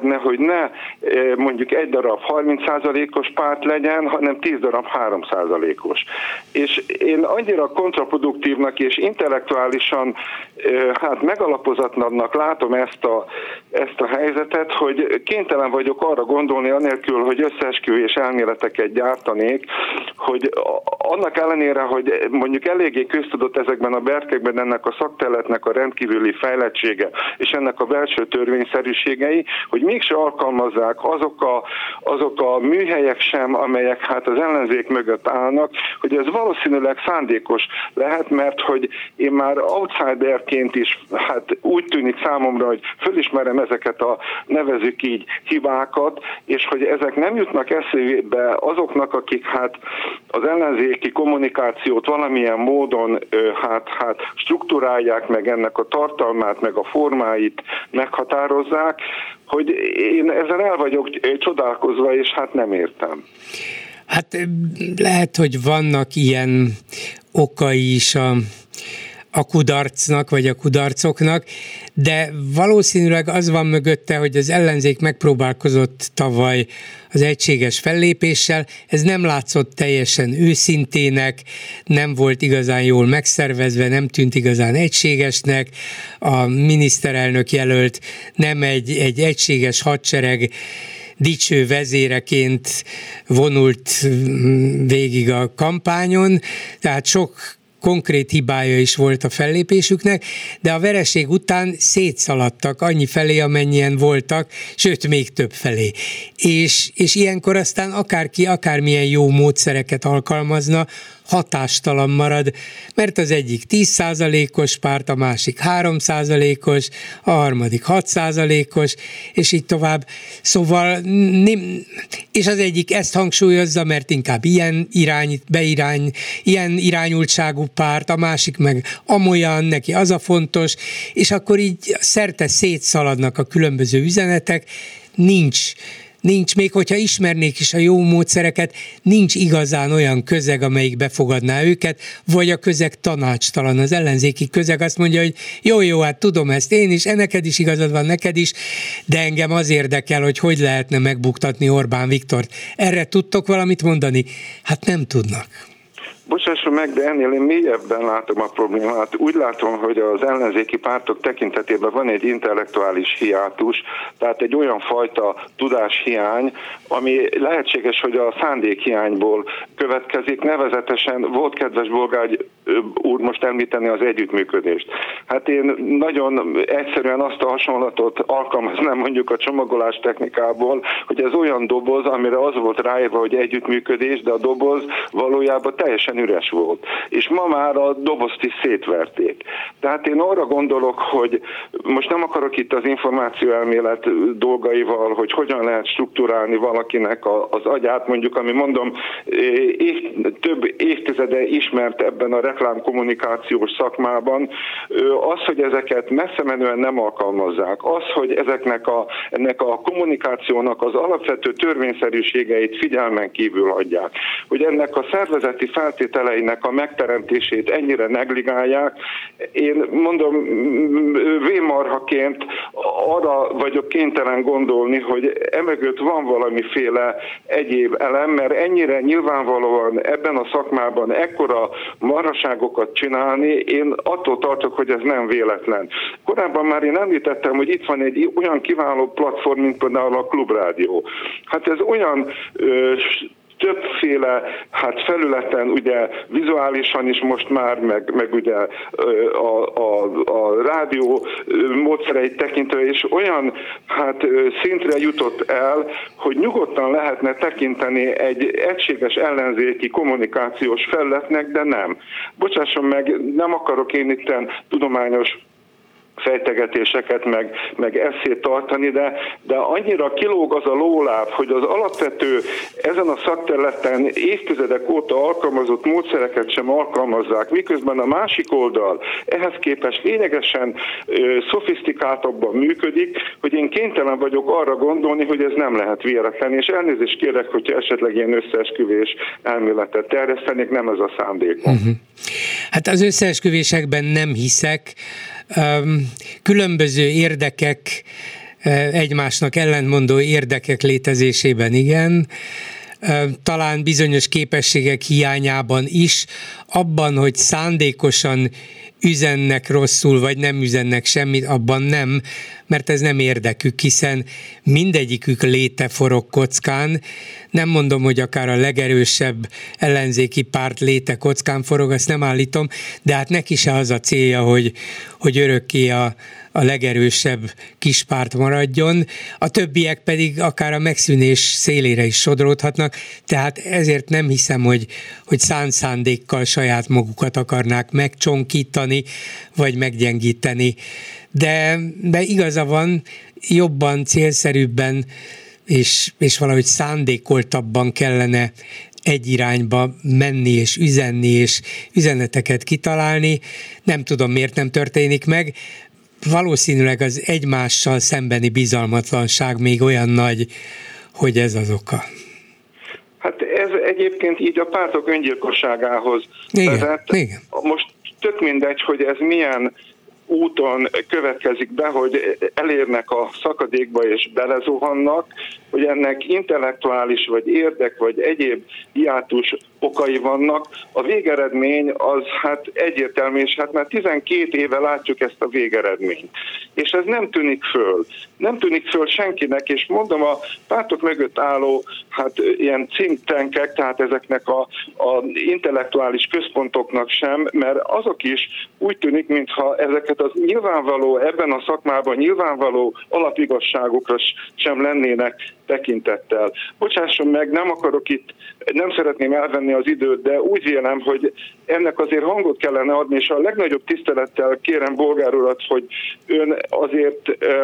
ne mondjuk egy darab harminc százalékos párt legyen, hanem tíz darab három százalékos. És én annyira kontraproduktívnak és intellektuálisan hát megalapozatlannak látom ezt a, ezt a helyzetet, hogy kénytelen vagyok arra gondolni, anélkül, hogy összeesküvés elméleteket gyártanék, hogy annak ellenére, hogy mondjuk eléggé köztudott ezekben a berkekben ennek a szakterületnek a rendkívüli fejlettsége és ennek a belső törvényszerűségei, hogy mégse alkalmazzák azok a, azok a műhelyek sem, amelyek hát az ellenzék mögött állnak, hogy ez valószínűleg szándékos lehet, mert hogy én már outsiderként is hát úgy tűnik számomra, hogy fölismerem ezeket a nevezzük így hibákat, és hogy ezek nem jutnak eszébe azoknak, akik hát az ellenzéki kommunikációt valamilyen módon hát, hát struktúrálják, meg ennek a tartalmát, meg a formáit meghatározzák, hogy én ezzel el vagyok csodálkozva, és hát nem értem. Hát lehet, hogy vannak ilyen okai is a a kudarcnak, vagy a kudarcoknak, de valószínűleg az van mögötte, hogy az ellenzék megpróbálkozott tavaly az egységes fellépéssel, ez nem látszott teljesen őszintének, nem volt igazán jól megszervezve, nem tűnt igazán egységesnek, a miniszterelnök jelölt nem egy, egy egységes hadsereg dicső vezéreként vonult végig a kampányon, tehát sok konkrét hibája is volt a fellépésüknek, de a vereség után szétszaladtak annyi felé, amennyien voltak, sőt, még több felé. És, és ilyenkor aztán akárki, akármilyen jó módszereket alkalmazna, hatástalan marad, mert az egyik tíz százalékos párt, a másik három százalékos, a harmadik hat százalékos, és így tovább. Szóval, nem, és az egyik ezt hangsúlyozza, mert inkább ilyen, irány, beirány, ilyen irányultságú párt, a másik meg amolyan, neki az a fontos, és akkor így szerte szétszaladnak a különböző üzenetek, nincs Nincs, még hogyha ismernék is a jó módszereket, nincs igazán olyan közeg, amelyik befogadná őket, vagy a közeg tanácstalan. Az ellenzéki közeg azt mondja, hogy jó, jó, hát tudom ezt én is, neked is igazad van, neked is, de engem az érdekel, hogy hogy lehetne megbuktatni Orbán Viktort. Erre tudtok valamit mondani? Hát nem tudnak. Bocsásson meg, de ennél én mélyebben látom a problémát. Úgy látom, hogy az ellenzéki pártok tekintetében van egy intellektuális hiátus, tehát egy olyan fajta tudáshiány, ami lehetséges, hogy a szándékhiányból következik. Nevezetesen volt kedves Bolgár úr most említeni az együttműködést. Hát én nagyon egyszerűen azt a hasonlatot alkalmaznám mondjuk a csomagolás technikából, hogy ez olyan doboz, amire az volt ráírva, hogy együttműködés, de a doboz valójában teljesen üres volt. És ma már a dobozt is szétverték. Tehát én arra gondolok, hogy most nem akarok itt az információelmélet dolgaival, hogy hogyan lehet strukturálni valakinek az agyát, mondjuk, ami mondom, év, több évtizede ismert ebben a reklámkommunikációs szakmában, az, hogy ezeket messze menően nem alkalmazzák, az, hogy ezeknek a, ennek a kommunikációnak az alapvető törvényszerűségeit figyelmen kívül hagyják, hogy ennek a szervezeti feltételeinek a megteremtését ennyire negligálják. Én mondom, vémarhaként arra vagyok kénytelen gondolni, hogy emögött van valamiféle egyéb elem, mert ennyire nyilvánvalóan ebben a szakmában ekkora marhaságokat csinálni, én attól tartok, hogy ez nem véletlen. Korábban már én említettem, hogy itt van egy olyan kiváló platform, mint például a Klubrádió. Hát ez olyan ö, többféle hát felületen, ugye vizuálisan is most már, meg, meg ugye a, a, a rádió módszereit tekintve, és olyan hát szintre jutott el, hogy nyugodtan lehetne tekinteni egy egységes ellenzéki kommunikációs felületnek, de nem. Bocsásson meg, nem akarok én itten tudományos fejtegetéseket, meg, meg eszét tartani, de, de annyira kilóg az a lóláb, hogy az alapvető ezen a szakterületen évtizedek óta alkalmazott módszereket sem alkalmazzák, miközben a másik oldal ehhez képest lényegesen ö, szofisztikáltabban működik, hogy én kénytelen vagyok arra gondolni, hogy ez nem lehet véletlen, és elnézést kérek, hogyha esetleg ilyen összeesküvés elméletet terjesztenék, nem ez a szándékom. Uh-huh. Hát az összeesküvésekben nem hiszek, különböző érdekek egymásnak ellentmondó érdekek létezésében igen, talán bizonyos képességek hiányában is, abban, hogy szándékosan üzennek rosszul, vagy nem üzennek semmit, abban nem, mert ez nem érdekük, hiszen mindegyikük léte forog kockán. Nem mondom, hogy akár a legerősebb ellenzéki párt léte kockán forog, azt nem állítom, de hát neki se az a célja, hogy, hogy örökké a, a legerősebb kispárt maradjon. A többiek pedig akár a megszűnés szélére is sodródhatnak, tehát ezért nem hiszem, hogy, hogy szánt szándékkal saját magukat akarnák megcsonkítani, vagy meggyengíteni. De, de igaza van, jobban, célszerűbben és, és valahogy szándékoltabban kellene egy irányba menni és üzenni és üzeneteket kitalálni. Nem tudom, miért nem történik meg. Valószínűleg az egymással szembeni bizalmatlanság még olyan nagy, hogy ez az oka. Hát ez egyébként így a pártok öngyilkosságához vezet. Igen. Most tök mindegy, hogy ez milyen úton következik be, hogy elérnek a szakadékba és belezuhannak, hogy ennek intellektuális vagy érdek vagy egyéb hiátus okai vannak. A végeredmény az hát egyértelmű, és hát már tizenkét éve látjuk ezt a végeredményt. És ez nem tűnik föl. Nem tűnik föl senkinek, és mondom, a pártok mögött álló hát ilyen think tankek, tehát ezeknek a, a intellektuális központoknak sem, mert azok is úgy tűnik, mintha ezeket az nyilvánvaló, ebben a szakmában nyilvánvaló alapigazságokra sem lennének tekintettel. Bocsásson meg, nem akarok itt, nem szeretném elvenni az időt, de úgy vélem, hogy ennek azért hangot kellene adni, és a legnagyobb tisztelettel kérem Bolgár urat, hogy ön azért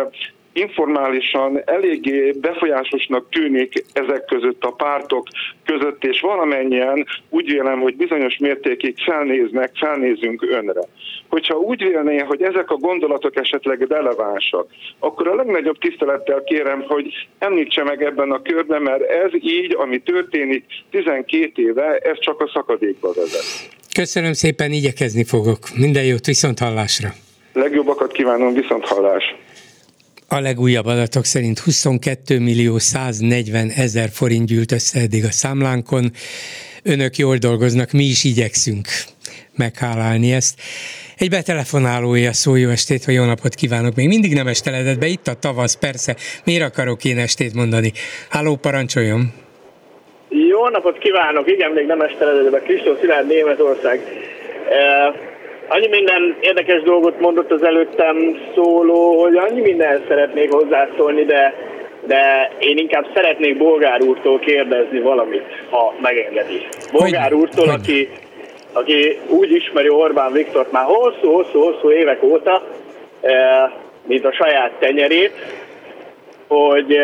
informálisan eléggé befolyásosnak tűnik ezek között a pártok között, és valamennyien úgy vélem, hogy bizonyos mértékig felnéznek, felnézünk önre. Hogyha úgy vélné, hogy ezek a gondolatok esetleg relevánsak, akkor a legnagyobb tisztelettel kérem, hogy említse meg ebben a körben, mert ez így, ami történik tizenkét éve, ez csak a szakadékba vezet. Köszönöm szépen, igyekezni fogok. Minden jót, viszont hallásra. Legjobbakat kívánom, viszont hallás. A legújabb adatok szerint huszonkettő millió száznegyven ezer forint gyűlt össze eddig a számlánkon. Önök jól dolgoznak, mi is igyekszünk meghálálni ezt. Egy betelefonálója szó, jó estét, vagy jó napot kívánok. Még mindig nem esteledett be, itt a tavasz, persze. Miért akarok én estét mondani? Háló, parancsoljon! Jó napot kívánok, igen, még nem esteledett be. Kristóf Szilárd, Németország. Uh, annyi minden érdekes dolgot mondott az előttem szóló, hogy annyi minden szeretnék hozzászólni, de, de én inkább szeretnék Bolgár úrtól kérdezni valamit, ha megengedi. Bolgár hogy, úrtól, hogy? Aki, aki úgy ismeri Orbán Viktort már hosszú-hosszú-hosszú évek óta, mint a saját tenyerét, hogy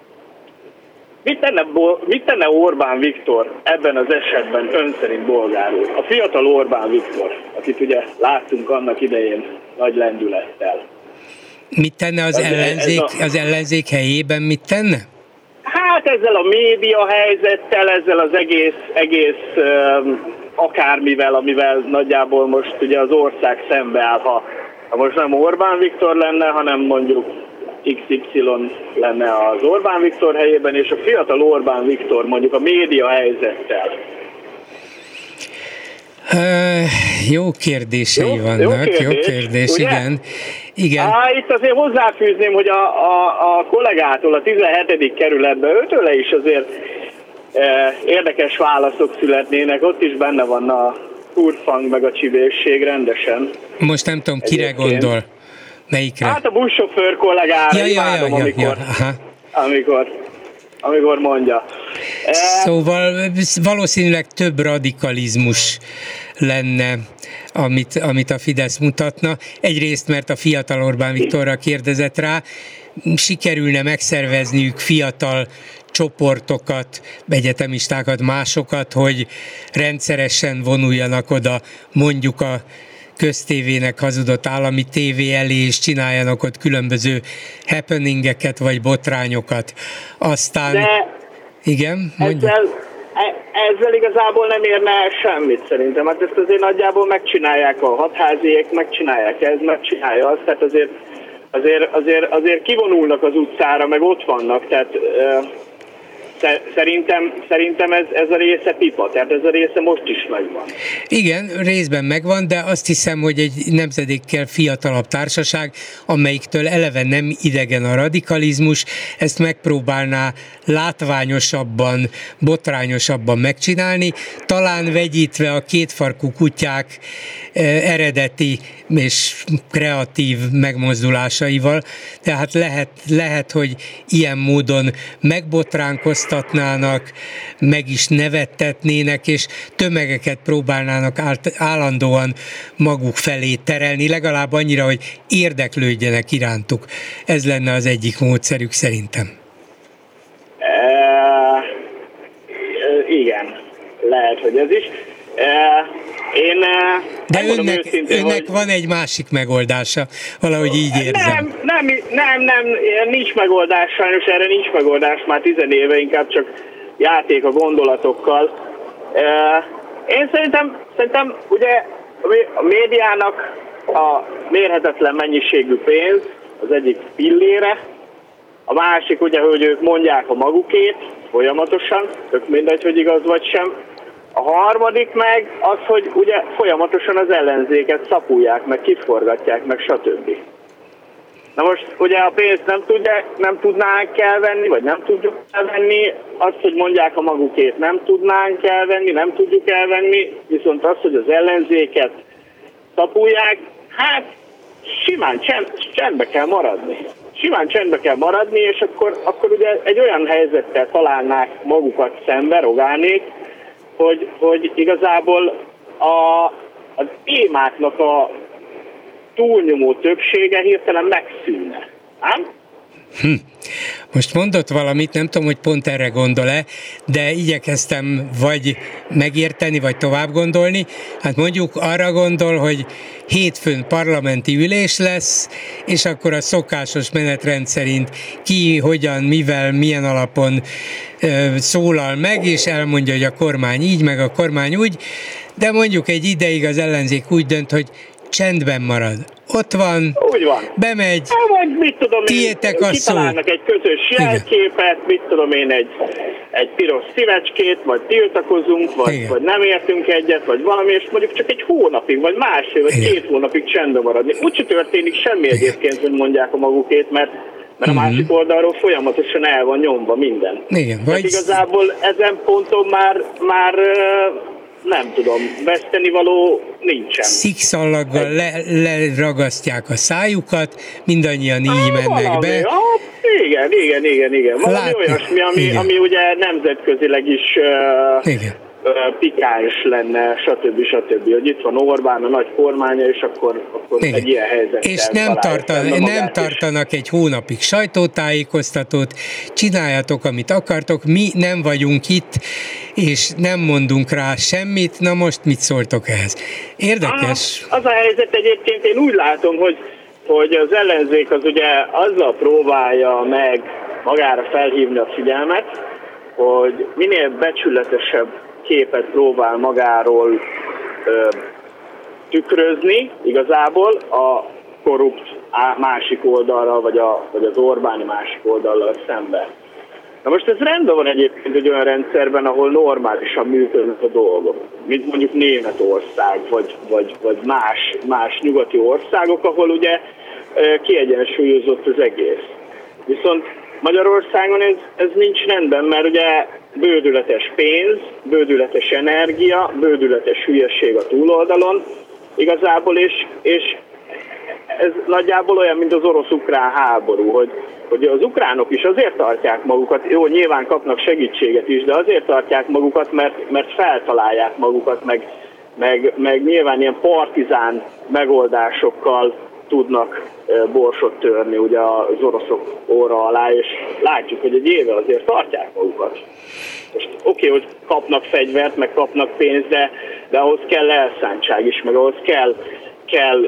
mit tenne, mit tenne Orbán Viktor ebben az esetben ön szerint, Bolgár úr? A fiatal Orbán Viktor, akit ugye láttunk annak idején nagy lendülettel. Mit tenne az, az, ellenzék, a, az ellenzék helyében, mit tenne? Hát ezzel a média helyzettel, ezzel az egész, egész um, akármivel, amivel nagyjából most ugye az ország szembeáll, ha, ha most nem Orbán Viktor lenne, hanem mondjuk iksz ipszilon lenne az Orbán Viktor helyében, és a fiatal Orbán Viktor mondjuk a média helyzettel. Uh, jó kérdései jó, vannak, jó kérdés, jó kérdés igen. igen. Á, itt azért hozzáfűzném, hogy a, a, a kollégától a tizenhetedik kerületben őtőle is azért eh, érdekes válaszok születnének, ott is benne van a kurfang meg a csibészség rendesen. Most nem tudom, kire egyébként gondol. Melyikre? Hát a buszsofőr kollégára ja, imádom, ja, ja, amikor, ja, amikor, amikor mondja. Szóval valószínűleg több radikalizmus lenne, amit, amit a Fidesz mutatna. Egyrészt, mert a fiatal Orbán Viktorra kérdezett rá, sikerülne megszervezniük fiatal csoportokat, egyetemistákat, másokat, hogy rendszeresen vonuljanak oda mondjuk a köztévének hazudott állami tévé elé, és csináljanak ott különböző happeningeket vagy botrányokat. Aztán... De igen, mondja. Ezzel, ezzel igazából nem érne el semmit szerintem. Hát ezt azért nagyjából megcsinálják a hatháziék, megcsinálják ez, megcsinálja azt, tehát azért azért, azért, azért kivonulnak az utcára, meg ott vannak, tehát Szerintem, szerintem ez, ez a része pipa, tehát ez a része most is megvan. Igen, részben megvan, de azt hiszem, hogy egy nemzedékkel fiatalabb társaság, amelyiktől eleve nem idegen a radikalizmus, ezt megpróbálná látványosabban, botrányosabban megcsinálni, talán vegyítve a kétfarkú kutyák eredeti és kreatív megmozdulásaival, tehát lehet, lehet, hogy ilyen módon megbotránkoztatnának, meg is nevettetnének, és tömegeket próbálnának állandóan maguk felé terelni, legalább annyira, hogy érdeklődjenek irántuk. Ez lenne az egyik módszerük szerintem. Uh, igen, lehet, hogy ez is. Uh, Én De önnek, őszintén, önnek hogy... van egy másik megoldása, valahogy így érzem. Nem, nem, nem, nem, nincs megoldás, sajnos erre nincs megoldás, már tizen éve inkább csak játék a gondolatokkal. Én szerintem, szerintem ugye a médiának a mérhetetlen mennyiségű pénz az egyik pillére, a másik ugye, hogy ők mondják a magukét folyamatosan, tök mindegy, hogy igaz vagy sem. A harmadik meg az, hogy ugye folyamatosan az ellenzéket szapulják, meg kiforgatják, meg stb. Na most ugye a pénzt nem, tudják, nem tudnánk elvenni, vagy nem tudjuk elvenni, azt, hogy mondják a magukét, nem tudnánk elvenni, nem tudjuk elvenni, viszont az, hogy az ellenzéket szapulják, hát simán csend, csendbe kell maradni. Simán csendbe kell maradni, és akkor, akkor ugye egy olyan helyzettel találnák magukat szembe, Rogánék, Hogy, hogy igazából a, a témáknak a túlnyomó többsége hirtelen megszűnne. Nem? Hm. Most mondott valamit, nem tudom, hogy pont erre gondol-e, de igyekeztem vagy megérteni, vagy tovább gondolni. Hát mondjuk arra gondol, hogy hétfőn parlamenti ülés lesz, és akkor a szokásos menetrend szerint ki, hogyan, mivel, milyen alapon ö, szólal meg, és elmondja, hogy a kormány így, meg a kormány úgy, de mondjuk egy ideig az ellenzék úgy dönt, hogy csendben marad. Ott van, úgy van. Bemegy, vagy mit tudom én, kitalálnak egy közös jelképet, mit tudom én, egy, egy piros szívecskét, vagy tiltakozunk, vagy, vagy nem értünk egyet, vagy valami, és mondjuk csak egy hónapig, vagy másfél, vagy Igen. két hónapig csendben maradni. Úgyse történik semmi Igen. egyébként, hogy mondják a magukét, mert, mert uh-huh. a másik oldalról folyamatosan el van nyomva minden. Igen, vagy... igazából ezen ponton már, már nem tudom, vesztenivaló nincsen. Szikszallaggal le, leragasztják a szájukat, mindannyian így ah, mennek valami, be. Ah, igen, igen, igen, igen. Valami Látni. olyasmi, ami, ami ugye nemzetközileg is uh, uh, pikáns lenne, stb. stb. Hogy itt van Orbán, a nagy kormánya, és akkor, akkor egy ilyen helyzettel és nem, tartan, nem tartanak egy hónapig sajtótájékoztatót, csináljatok, amit akartok, mi nem vagyunk itt, és nem mondunk rá semmit, na most mit szóltok ehhez? Érdekes. Ah, az a helyzet egyébként, én úgy látom, hogy, hogy az ellenzék az ugye azzal próbálja meg magára felhívni a figyelmet, hogy minél becsületesebb képet próbál magáról ö, tükrözni igazából a korrupt másik oldalra, vagy, a, vagy az Orbáni másik oldallal szemben. Na most ez rendben van egyébként egy olyan rendszerben, ahol normálisan működnek a dolgok, mint mondjuk Németország, vagy, vagy, vagy más, más nyugati országok, ahol ugye kiegyensúlyozott az egész. Viszont Magyarországon ez, ez nincs rendben, mert ugye bődületes pénz, bődületes energia, bődületes hülyeség a túloldalon igazából, és, és ez nagyjából olyan, mint az orosz-ukrán háború, hogy, hogy az ukránok is azért tartják magukat, jó, nyilván kapnak segítséget is, de azért tartják magukat, mert, mert feltalálják magukat, meg, meg, meg nyilván ilyen partizán megoldásokkal tudnak borsot törni ugye az oroszok óra alá, és látjuk, hogy egy éve azért tartják magukat. Most oké, okay, hogy kapnak fegyvert, meg kapnak pénzt, de, de ahhoz kell elszántság is, meg ahhoz kell, kell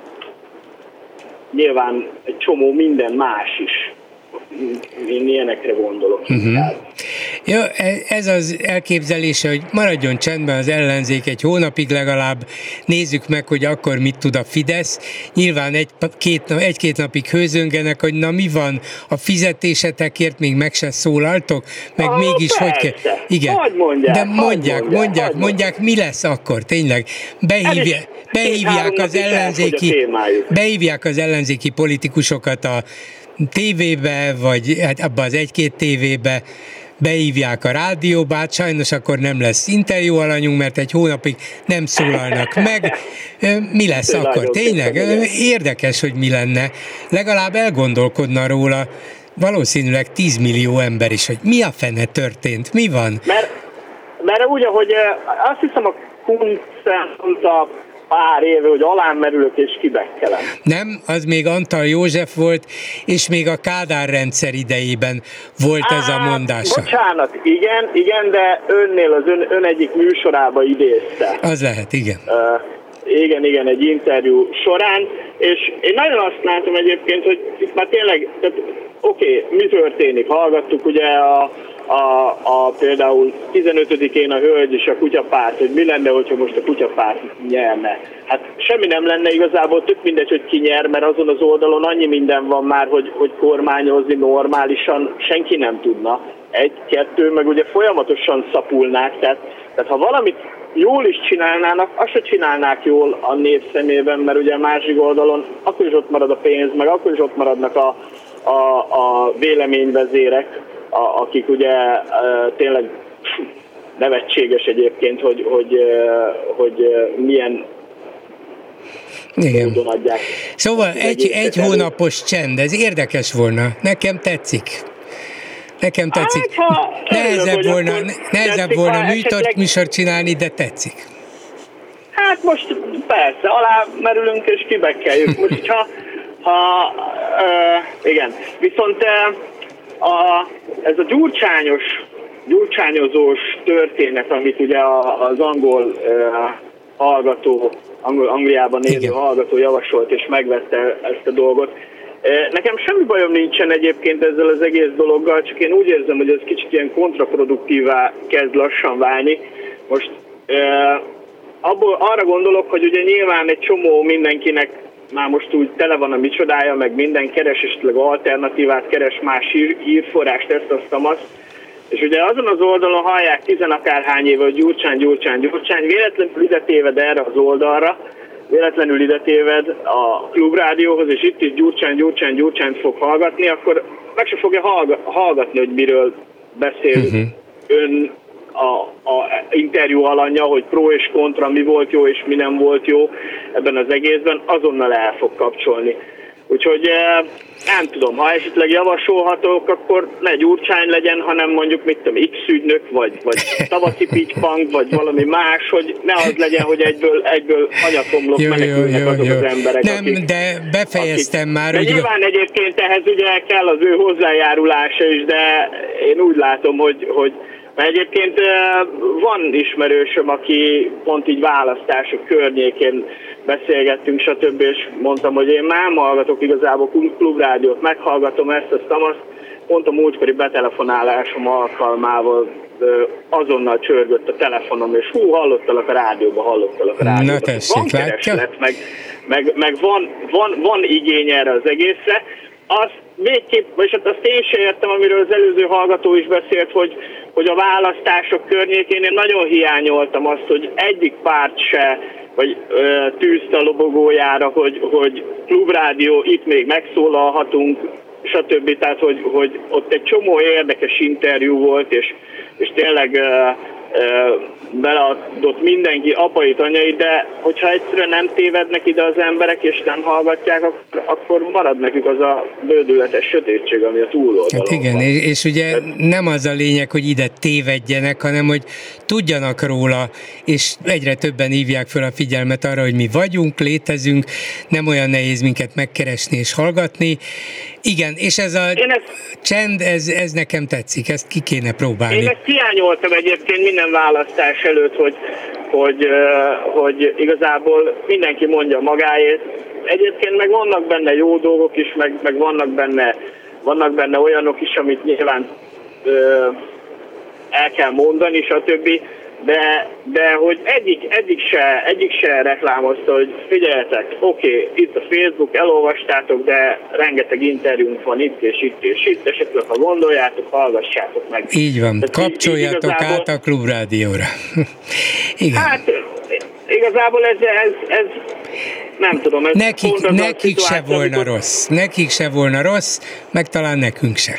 nyilván egy csomó minden más is. Én ilyenekre gondolok. Uh-huh. Jó, ez az elképzelése, hogy maradjon csendben az ellenzék egy hónapig legalább, nézzük meg, hogy akkor mit tud a Fidesz. Nyilván egy, két, egy-két napig hőzöngenek, hogy na mi van, a fizetésetekért még meg se szólaltok, meg ah, mégis persze. hogy kell. Igen, hogy mondják, de mondják, mondják, mondják, mondják, mi lesz akkor, tényleg. Behívja, behívják az ellenzéki, behívják az ellenzéki politikusokat a tévébe, vagy hát abba az egy-két tévébe, beívják a rádióba, hát sajnos akkor nem lesz interjú alanyunk, mert egy hónapig nem szólalnak meg. Mi lesz akkor? Tényleg? Érdekes, hogy mi lenne. Legalább elgondolkodna róla valószínűleg tíz millió ember is, hogy mi a fene történt, mi van? Mert, mert úgy, ahogy azt hiszem a Kunc mondta pár éve, hogy alám merülök és kibekkelem. Nem, az még Antal József volt, és még a Kádár rendszer idejében volt Á, ez a mondása. Bocsánat, igen, igen, de önnél az ön, ön egyik műsorába idézte. Az lehet, igen. Uh, igen, igen, egy interjú során, és én nagyon azt látom egyébként, hogy itt már tényleg, oké, okay, mi történik? Hallgattuk ugye a A, a például tizenötödikén a Hölgy és a Kutyapárt, hogy mi lenne, hogyha most a Kutyapárt nyerne. Hát semmi nem lenne igazából, tök mindegy, hogy ki nyer, mert azon az oldalon annyi minden van már, hogy, hogy kormányozni normálisan senki nem tudna. Egy, kettő, meg ugye folyamatosan szapulnák, tehát, tehát ha valamit jól is csinálnának, azt se csinálnák jól a nép szemében, mert ugye a másik oldalon akkor is ott marad a pénz, meg akkor is ott maradnak a, a, a véleményvezérek, A, akik ugye uh, tényleg nevetséges egyébként, hogy, hogy, uh, hogy uh, milyen módon adják. Szóval egy, egy hónapos csend, ez érdekes volna, nekem tetszik. Nekem tetszik. Hát, nehezebb volna, nehezebb volna műsort, esetleg... műsort csinálni, de tetszik. Hát most persze, alá merülünk és kibekkeljük. Most ha, ha uh, igen, viszont uh, A, ez a gyurcsányos, gyurcsányozós történet, amit ugye az angol uh, hallgató, angol, Angliában élő Igen. hallgató javasolt és megvette ezt a dolgot. Uh, nekem semmi bajom nincsen egyébként ezzel az egész dologgal, csak én úgy érzem, hogy ez kicsit ilyen kontraproduktívá kezd lassan válni. Most uh, abból arra gondolok, hogy ugye nyilván egy csomó mindenkinek már most úgy tele van a micsodája, meg minden keres, esetleg alternatívát keres, más hír, hírforrást, ezt, azt, azt. És ugye azon az oldalon hallják tizenakárhány éve, hogy Gyurcsány, Gyurcsány, Gyurcsány, véletlenül ide téved erre az oldalra, véletlenül ide téved a Klubrádióhoz, és itt is Gyurcsány, Gyurcsány, Gyurcsányt fog hallgatni, akkor meg se fogja hallgatni, hogy miről beszél uh-huh. ön a, a interjú alanya, hogy pro és kontra, mi volt jó és mi nem volt jó ebben az egészben, azonnal el fog kapcsolni. Úgyhogy nem tudom, ha esetleg javasolhatók, akkor ne Gyurcsány legyen, hanem mondjuk mit tudom, X ügynök, vagy, vagy Tavaszi Pitypang, vagy valami más, hogy ne az legyen, hogy egyből, egyből anyaszomlok menekülnek azok jó. az emberek. Nem, akik, de befejeztem akik, már. De úgy nyilván egyébként ehhez ugye kell az ő hozzájárulása is, de én úgy látom, hogy, hogy mert egyébként van ismerősöm, aki pont így választások környékén beszélgettünk, stb. És mondtam, hogy én már hallgatok igazából Klubrádiót, meghallgatom ezt, azt, azt. Pont a múltkori betelefonálásom alkalmával azonnal csörgött a telefonom, és hú, hallottalak a rádióba, hallottalak a rádióba. Na tessék, van kereslet, meg, meg, meg van, van, van igény erre az egészre. Azt végképp, vagy hát azt én sem értem, amiről az előző hallgató is beszélt, hogy, hogy a választások környékén én nagyon hiányoltam azt, hogy egyik párt se, vagy ö, tűzte a lobogójára, hogy, hogy Klubrádió, itt még megszólalhatunk, stb. Tehát, hogy, hogy ott egy csomó érdekes interjú volt, és, és tényleg ö, ö, beleadott mindenki apait, anyait, de hogyha egyszerűen nem tévednek ide az emberek, és nem hallgatják, akkor, akkor marad nekük az a bődületes sötétség, ami a túloldalon hát igen, van. És, és ugye nem az a lényeg, hogy ide tévedjenek, hanem hogy tudjanak róla, és egyre többen hívják fel a figyelmet arra, hogy mi vagyunk, létezünk, nem olyan nehéz minket megkeresni és hallgatni. Igen, és ez a ezt, csend, ez, ez nekem tetszik, ezt ki kéne próbálni. Én ezt hiányoltam egyébként minden választás előtt, hogy, hogy, hogy igazából mindenki mondja magáét. Egyébként meg vannak benne jó dolgok is, meg, meg vannak, benne, vannak benne olyanok is, amit nyilván ö, el kell mondani, stb. De, de hogy egyik, egyik, se, egyik se reklámozta, hogy figyeljetek, oké, okay, itt a Facebook, elolvastátok, de rengeteg interjúnk van itt és itt és itt, esetleg ha gondoljátok, hallgassátok meg. Így van, tehát kapcsoljatok így, így át a Klubrádióra. Igen. Hát igazából ez, ez, ez nem tudom. Ez nekik nekik se volna amikor... rossz, nekik se volna rossz, meg talán nekünk se.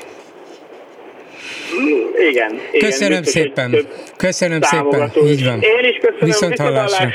Igen. Köszönöm igen, biztos, szépen. Köszönöm szépen. Így van. Én is köszönöm. Viszont hallásra.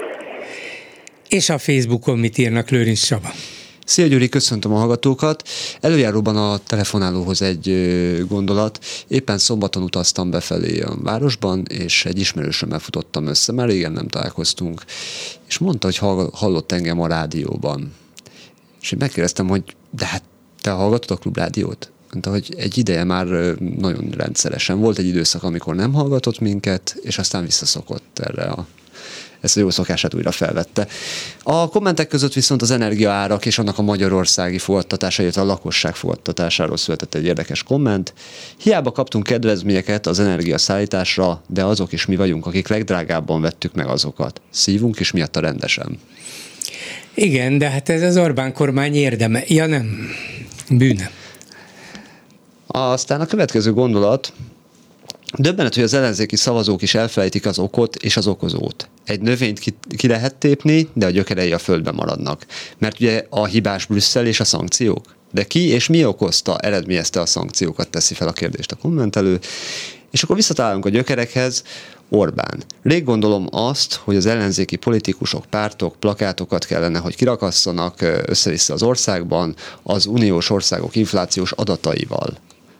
És a Facebookon mit írnak, Lőrinc Csaba? Szia Gyuri, köszöntöm a hallgatókat. Előjáróban a telefonálóhoz egy gondolat. Éppen szombaton utaztam befelé a városban, és egy ismerősömmel futottam össze. Már régen nem találkoztunk. És mondta, hogy hallott engem a rádióban. És én megkérdeztem, hogy de hát te hallgatod a Klubrádiót? Mondta, hogy egy ideje már nagyon rendszeresen. Volt egy időszak, amikor nem hallgatott minket, és aztán visszaszokott erre a ezt a jó szokását újra felvette. A kommentek között viszont az energiaárak és annak a magyarországi fogadtatása, illetve a lakosság fogadtatásáról született egy érdekes komment. Hiába kaptunk kedvezményeket az energiaszállításra, de azok is mi vagyunk, akik legdrágábban vettük meg azokat. Szívunk is miatta rendesen. Igen, de hát ez az Orbán kormány érdeme. Ja nem, bűne. Aztán a következő gondolat. Döbbenet, hogy az ellenzéki szavazók is elfelejtik az okot és az okozót. Egy növényt ki, ki lehet tépni, de a gyökerei a földben maradnak. Mert ugye a hibás Brüsszel és a szankciók. De ki és mi okozta, eredményezte a szankciókat, teszi fel a kérdést a kommentelő. És akkor visszatalálunk a gyökerekhez. Orbán. Rég gondolom azt, hogy az ellenzéki politikusok, pártok, plakátokat kellene, hogy kirakasszanak össze-vissza az országban az uniós országok inflációs adataival.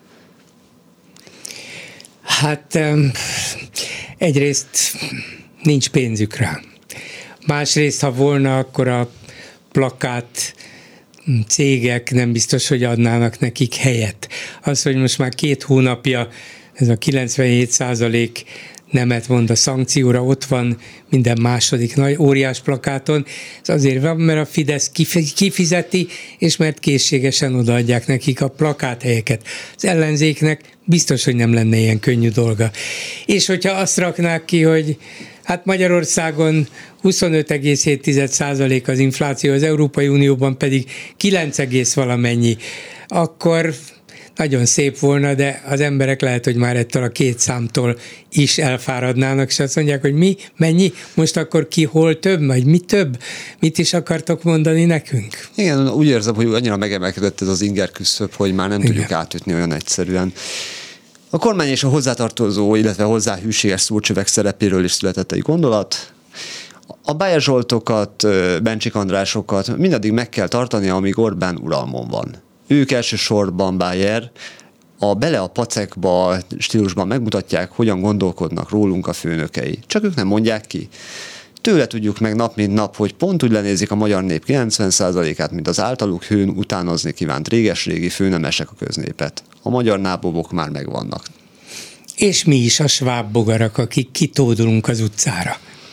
Hát egyrészt nincs pénzük rá. Másrészt, ha volna, akkor a plakát cégek nem biztos, hogy adnának nekik helyet. Az, hogy most már két hónapja ez a kilencvenhét százalék nemet mond a szankcióra, ott van minden második nagy óriás plakáton. Ez azért van, mert a Fidesz kifizeti, és mert készségesen odaadják nekik a plakáthelyeket. Az ellenzéknek biztos, hogy nem lenne ilyen könnyű dolga. És hogyha azt raknák ki, hogy hát Magyarországon huszonöt egész hét százalék az infláció, az Európai Unióban pedig kilenc egész valamennyi, akkor nagyon szép volna, de az emberek lehet, hogy már ettől a két számtól is elfáradnának, és azt mondják, hogy mi, mennyi, most akkor ki, hol több, vagy mi több? Mit is akartok mondani nekünk? Igen, úgy érzem, hogy annyira megemelkedett ez az inger küszöb, hogy már nem Igen. tudjuk átütni olyan egyszerűen. A kormány és a hozzátartozó, illetve hozzá hűséges szócsövek szerepéről is született egy gondolat. A Bájer Zsoltokat, Bencsik Andrásokat mindaddig meg kell tartani, amíg Orbán uralmon van. Ők elsősorban Bájer a bele a pacekba stílusban megmutatják, hogyan gondolkodnak rólunk a főnökei. Csak ők nem mondják ki. Tőle tudjuk meg nap mint nap, hogy pont úgy lenézik a magyar nép kilencven százalékát, mint az általuk hőn utánozni kívánt réges-régi főnemesek a köznépet. A magyar nábobok már megvannak. És mi is a sváb bogarak, akik kitódulunk az utcára.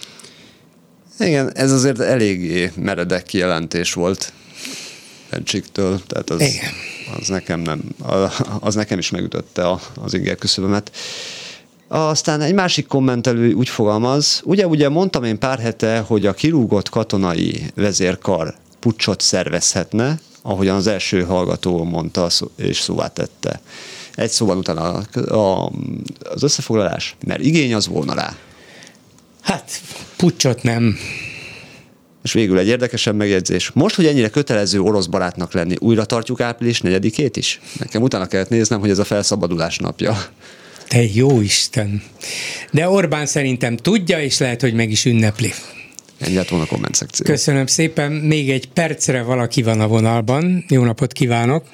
Igen, ez azért eléggé meredek kijelentés volt Bencsiktől, tehát az, az, nekem nem, az nekem is megütötte az inger küszöbömet. Aztán egy másik kommentelő úgy fogalmaz, ugye, ugye mondtam én pár hete, hogy a kirúgott katonai vezérkar puccsot szervezhetne, ahogyan az első hallgató mondta és szóvá tette. Egy szóval utána a, az összefoglalás, mert igény az volna rá. Hát, puccsot nem. És végül egy érdekesebb megjegyzés. Most, hogy ennyire kötelező orosz barátnak lenni, újra tartjuk április negyedikét is? Nekem utána kellett néznem, hogy ez a felszabadulás napja. Te jó Isten! De Orbán szerintem tudja, és lehet, hogy meg is ünnepli. Ennyi lett volna a komment szekció. Köszönöm szépen. Még egy percre valaki van a vonalban. Jó napot kívánok!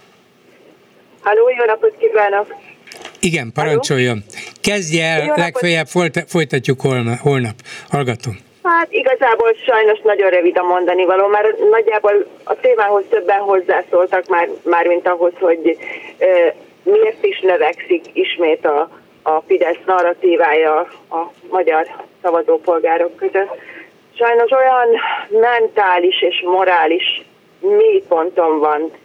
Halló, jó napot kívánok! Igen, parancsoljon. Kezdje el, legfeljebb folytatjuk holnap. Hallgatom. Hát igazából sajnos nagyon rövid a mondani való, mert nagyjából a témához többen hozzászóltak már, már mint ahhoz, hogy e, miért is növekszik ismét a, a Fidesz narratívája a magyar szavazópolgárok között. Sajnos olyan mentális és morális mélyponton van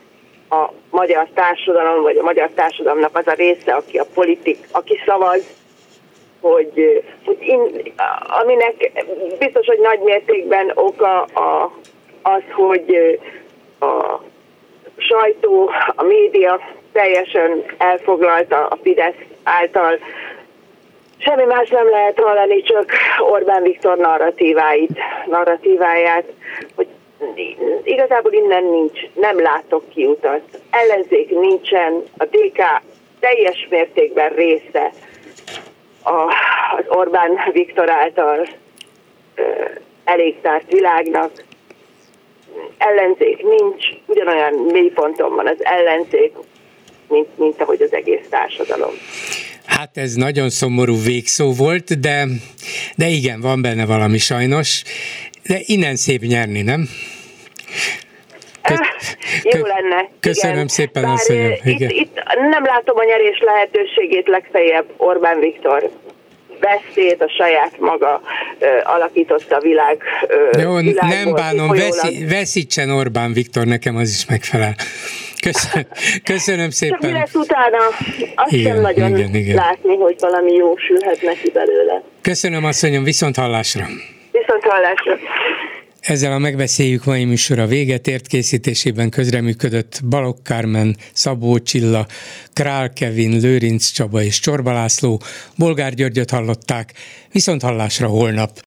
a magyar társadalom, vagy a magyar társadalomnak az a része, aki a politik, aki szavaz, hogy, hogy in, aminek biztos, hogy nagy mértékben oka a, az, hogy a sajtó, a média teljesen elfoglalta a Fidesz által. Semmi más nem lehet hallani, csak Orbán Viktor narratíváit, narratíváját, hogy igazából innen nincs, nem látok kiutat. Ellenzék nincsen, a dé ká teljes mértékben része az Orbán Viktor által ö, elégtárt világnak. Ellenzék nincs, ugyanolyan mélyponton van az ellenzék, mint, mint ahogy az egész társadalom. Hát ez nagyon szomorú végszó volt, de, de igen, van benne valami sajnos, de innen szép nyerni, nem? Kösz, Jó lenne. Köszönöm igen. szépen, Bár asszonyom. Itt, itt nem látom a nyerés lehetőségét, legfeljebb Orbán Viktor vesztét, a saját maga ö, alakította a világ ö, Jó, nem bánom, veszi, veszítsen Orbán Viktor, nekem az is megfelel. Köszönöm, köszönöm szépen. Csak mi lesz utána? Azt igen, sem nagyon igen, igen. látni, hogy valami jó sülhet neki belőle. Köszönöm, asszonyom, viszont hallásra. Viszont hallásra. Ezzel a Megbeszéljük mai műsora véget ért, készítésében közreműködött Balogh Kármen, Szabó Csilla, Král Kevin, Lőrinc Csaba és Csorba László. Bolgár Györgyöt hallották, viszont hallásra holnap.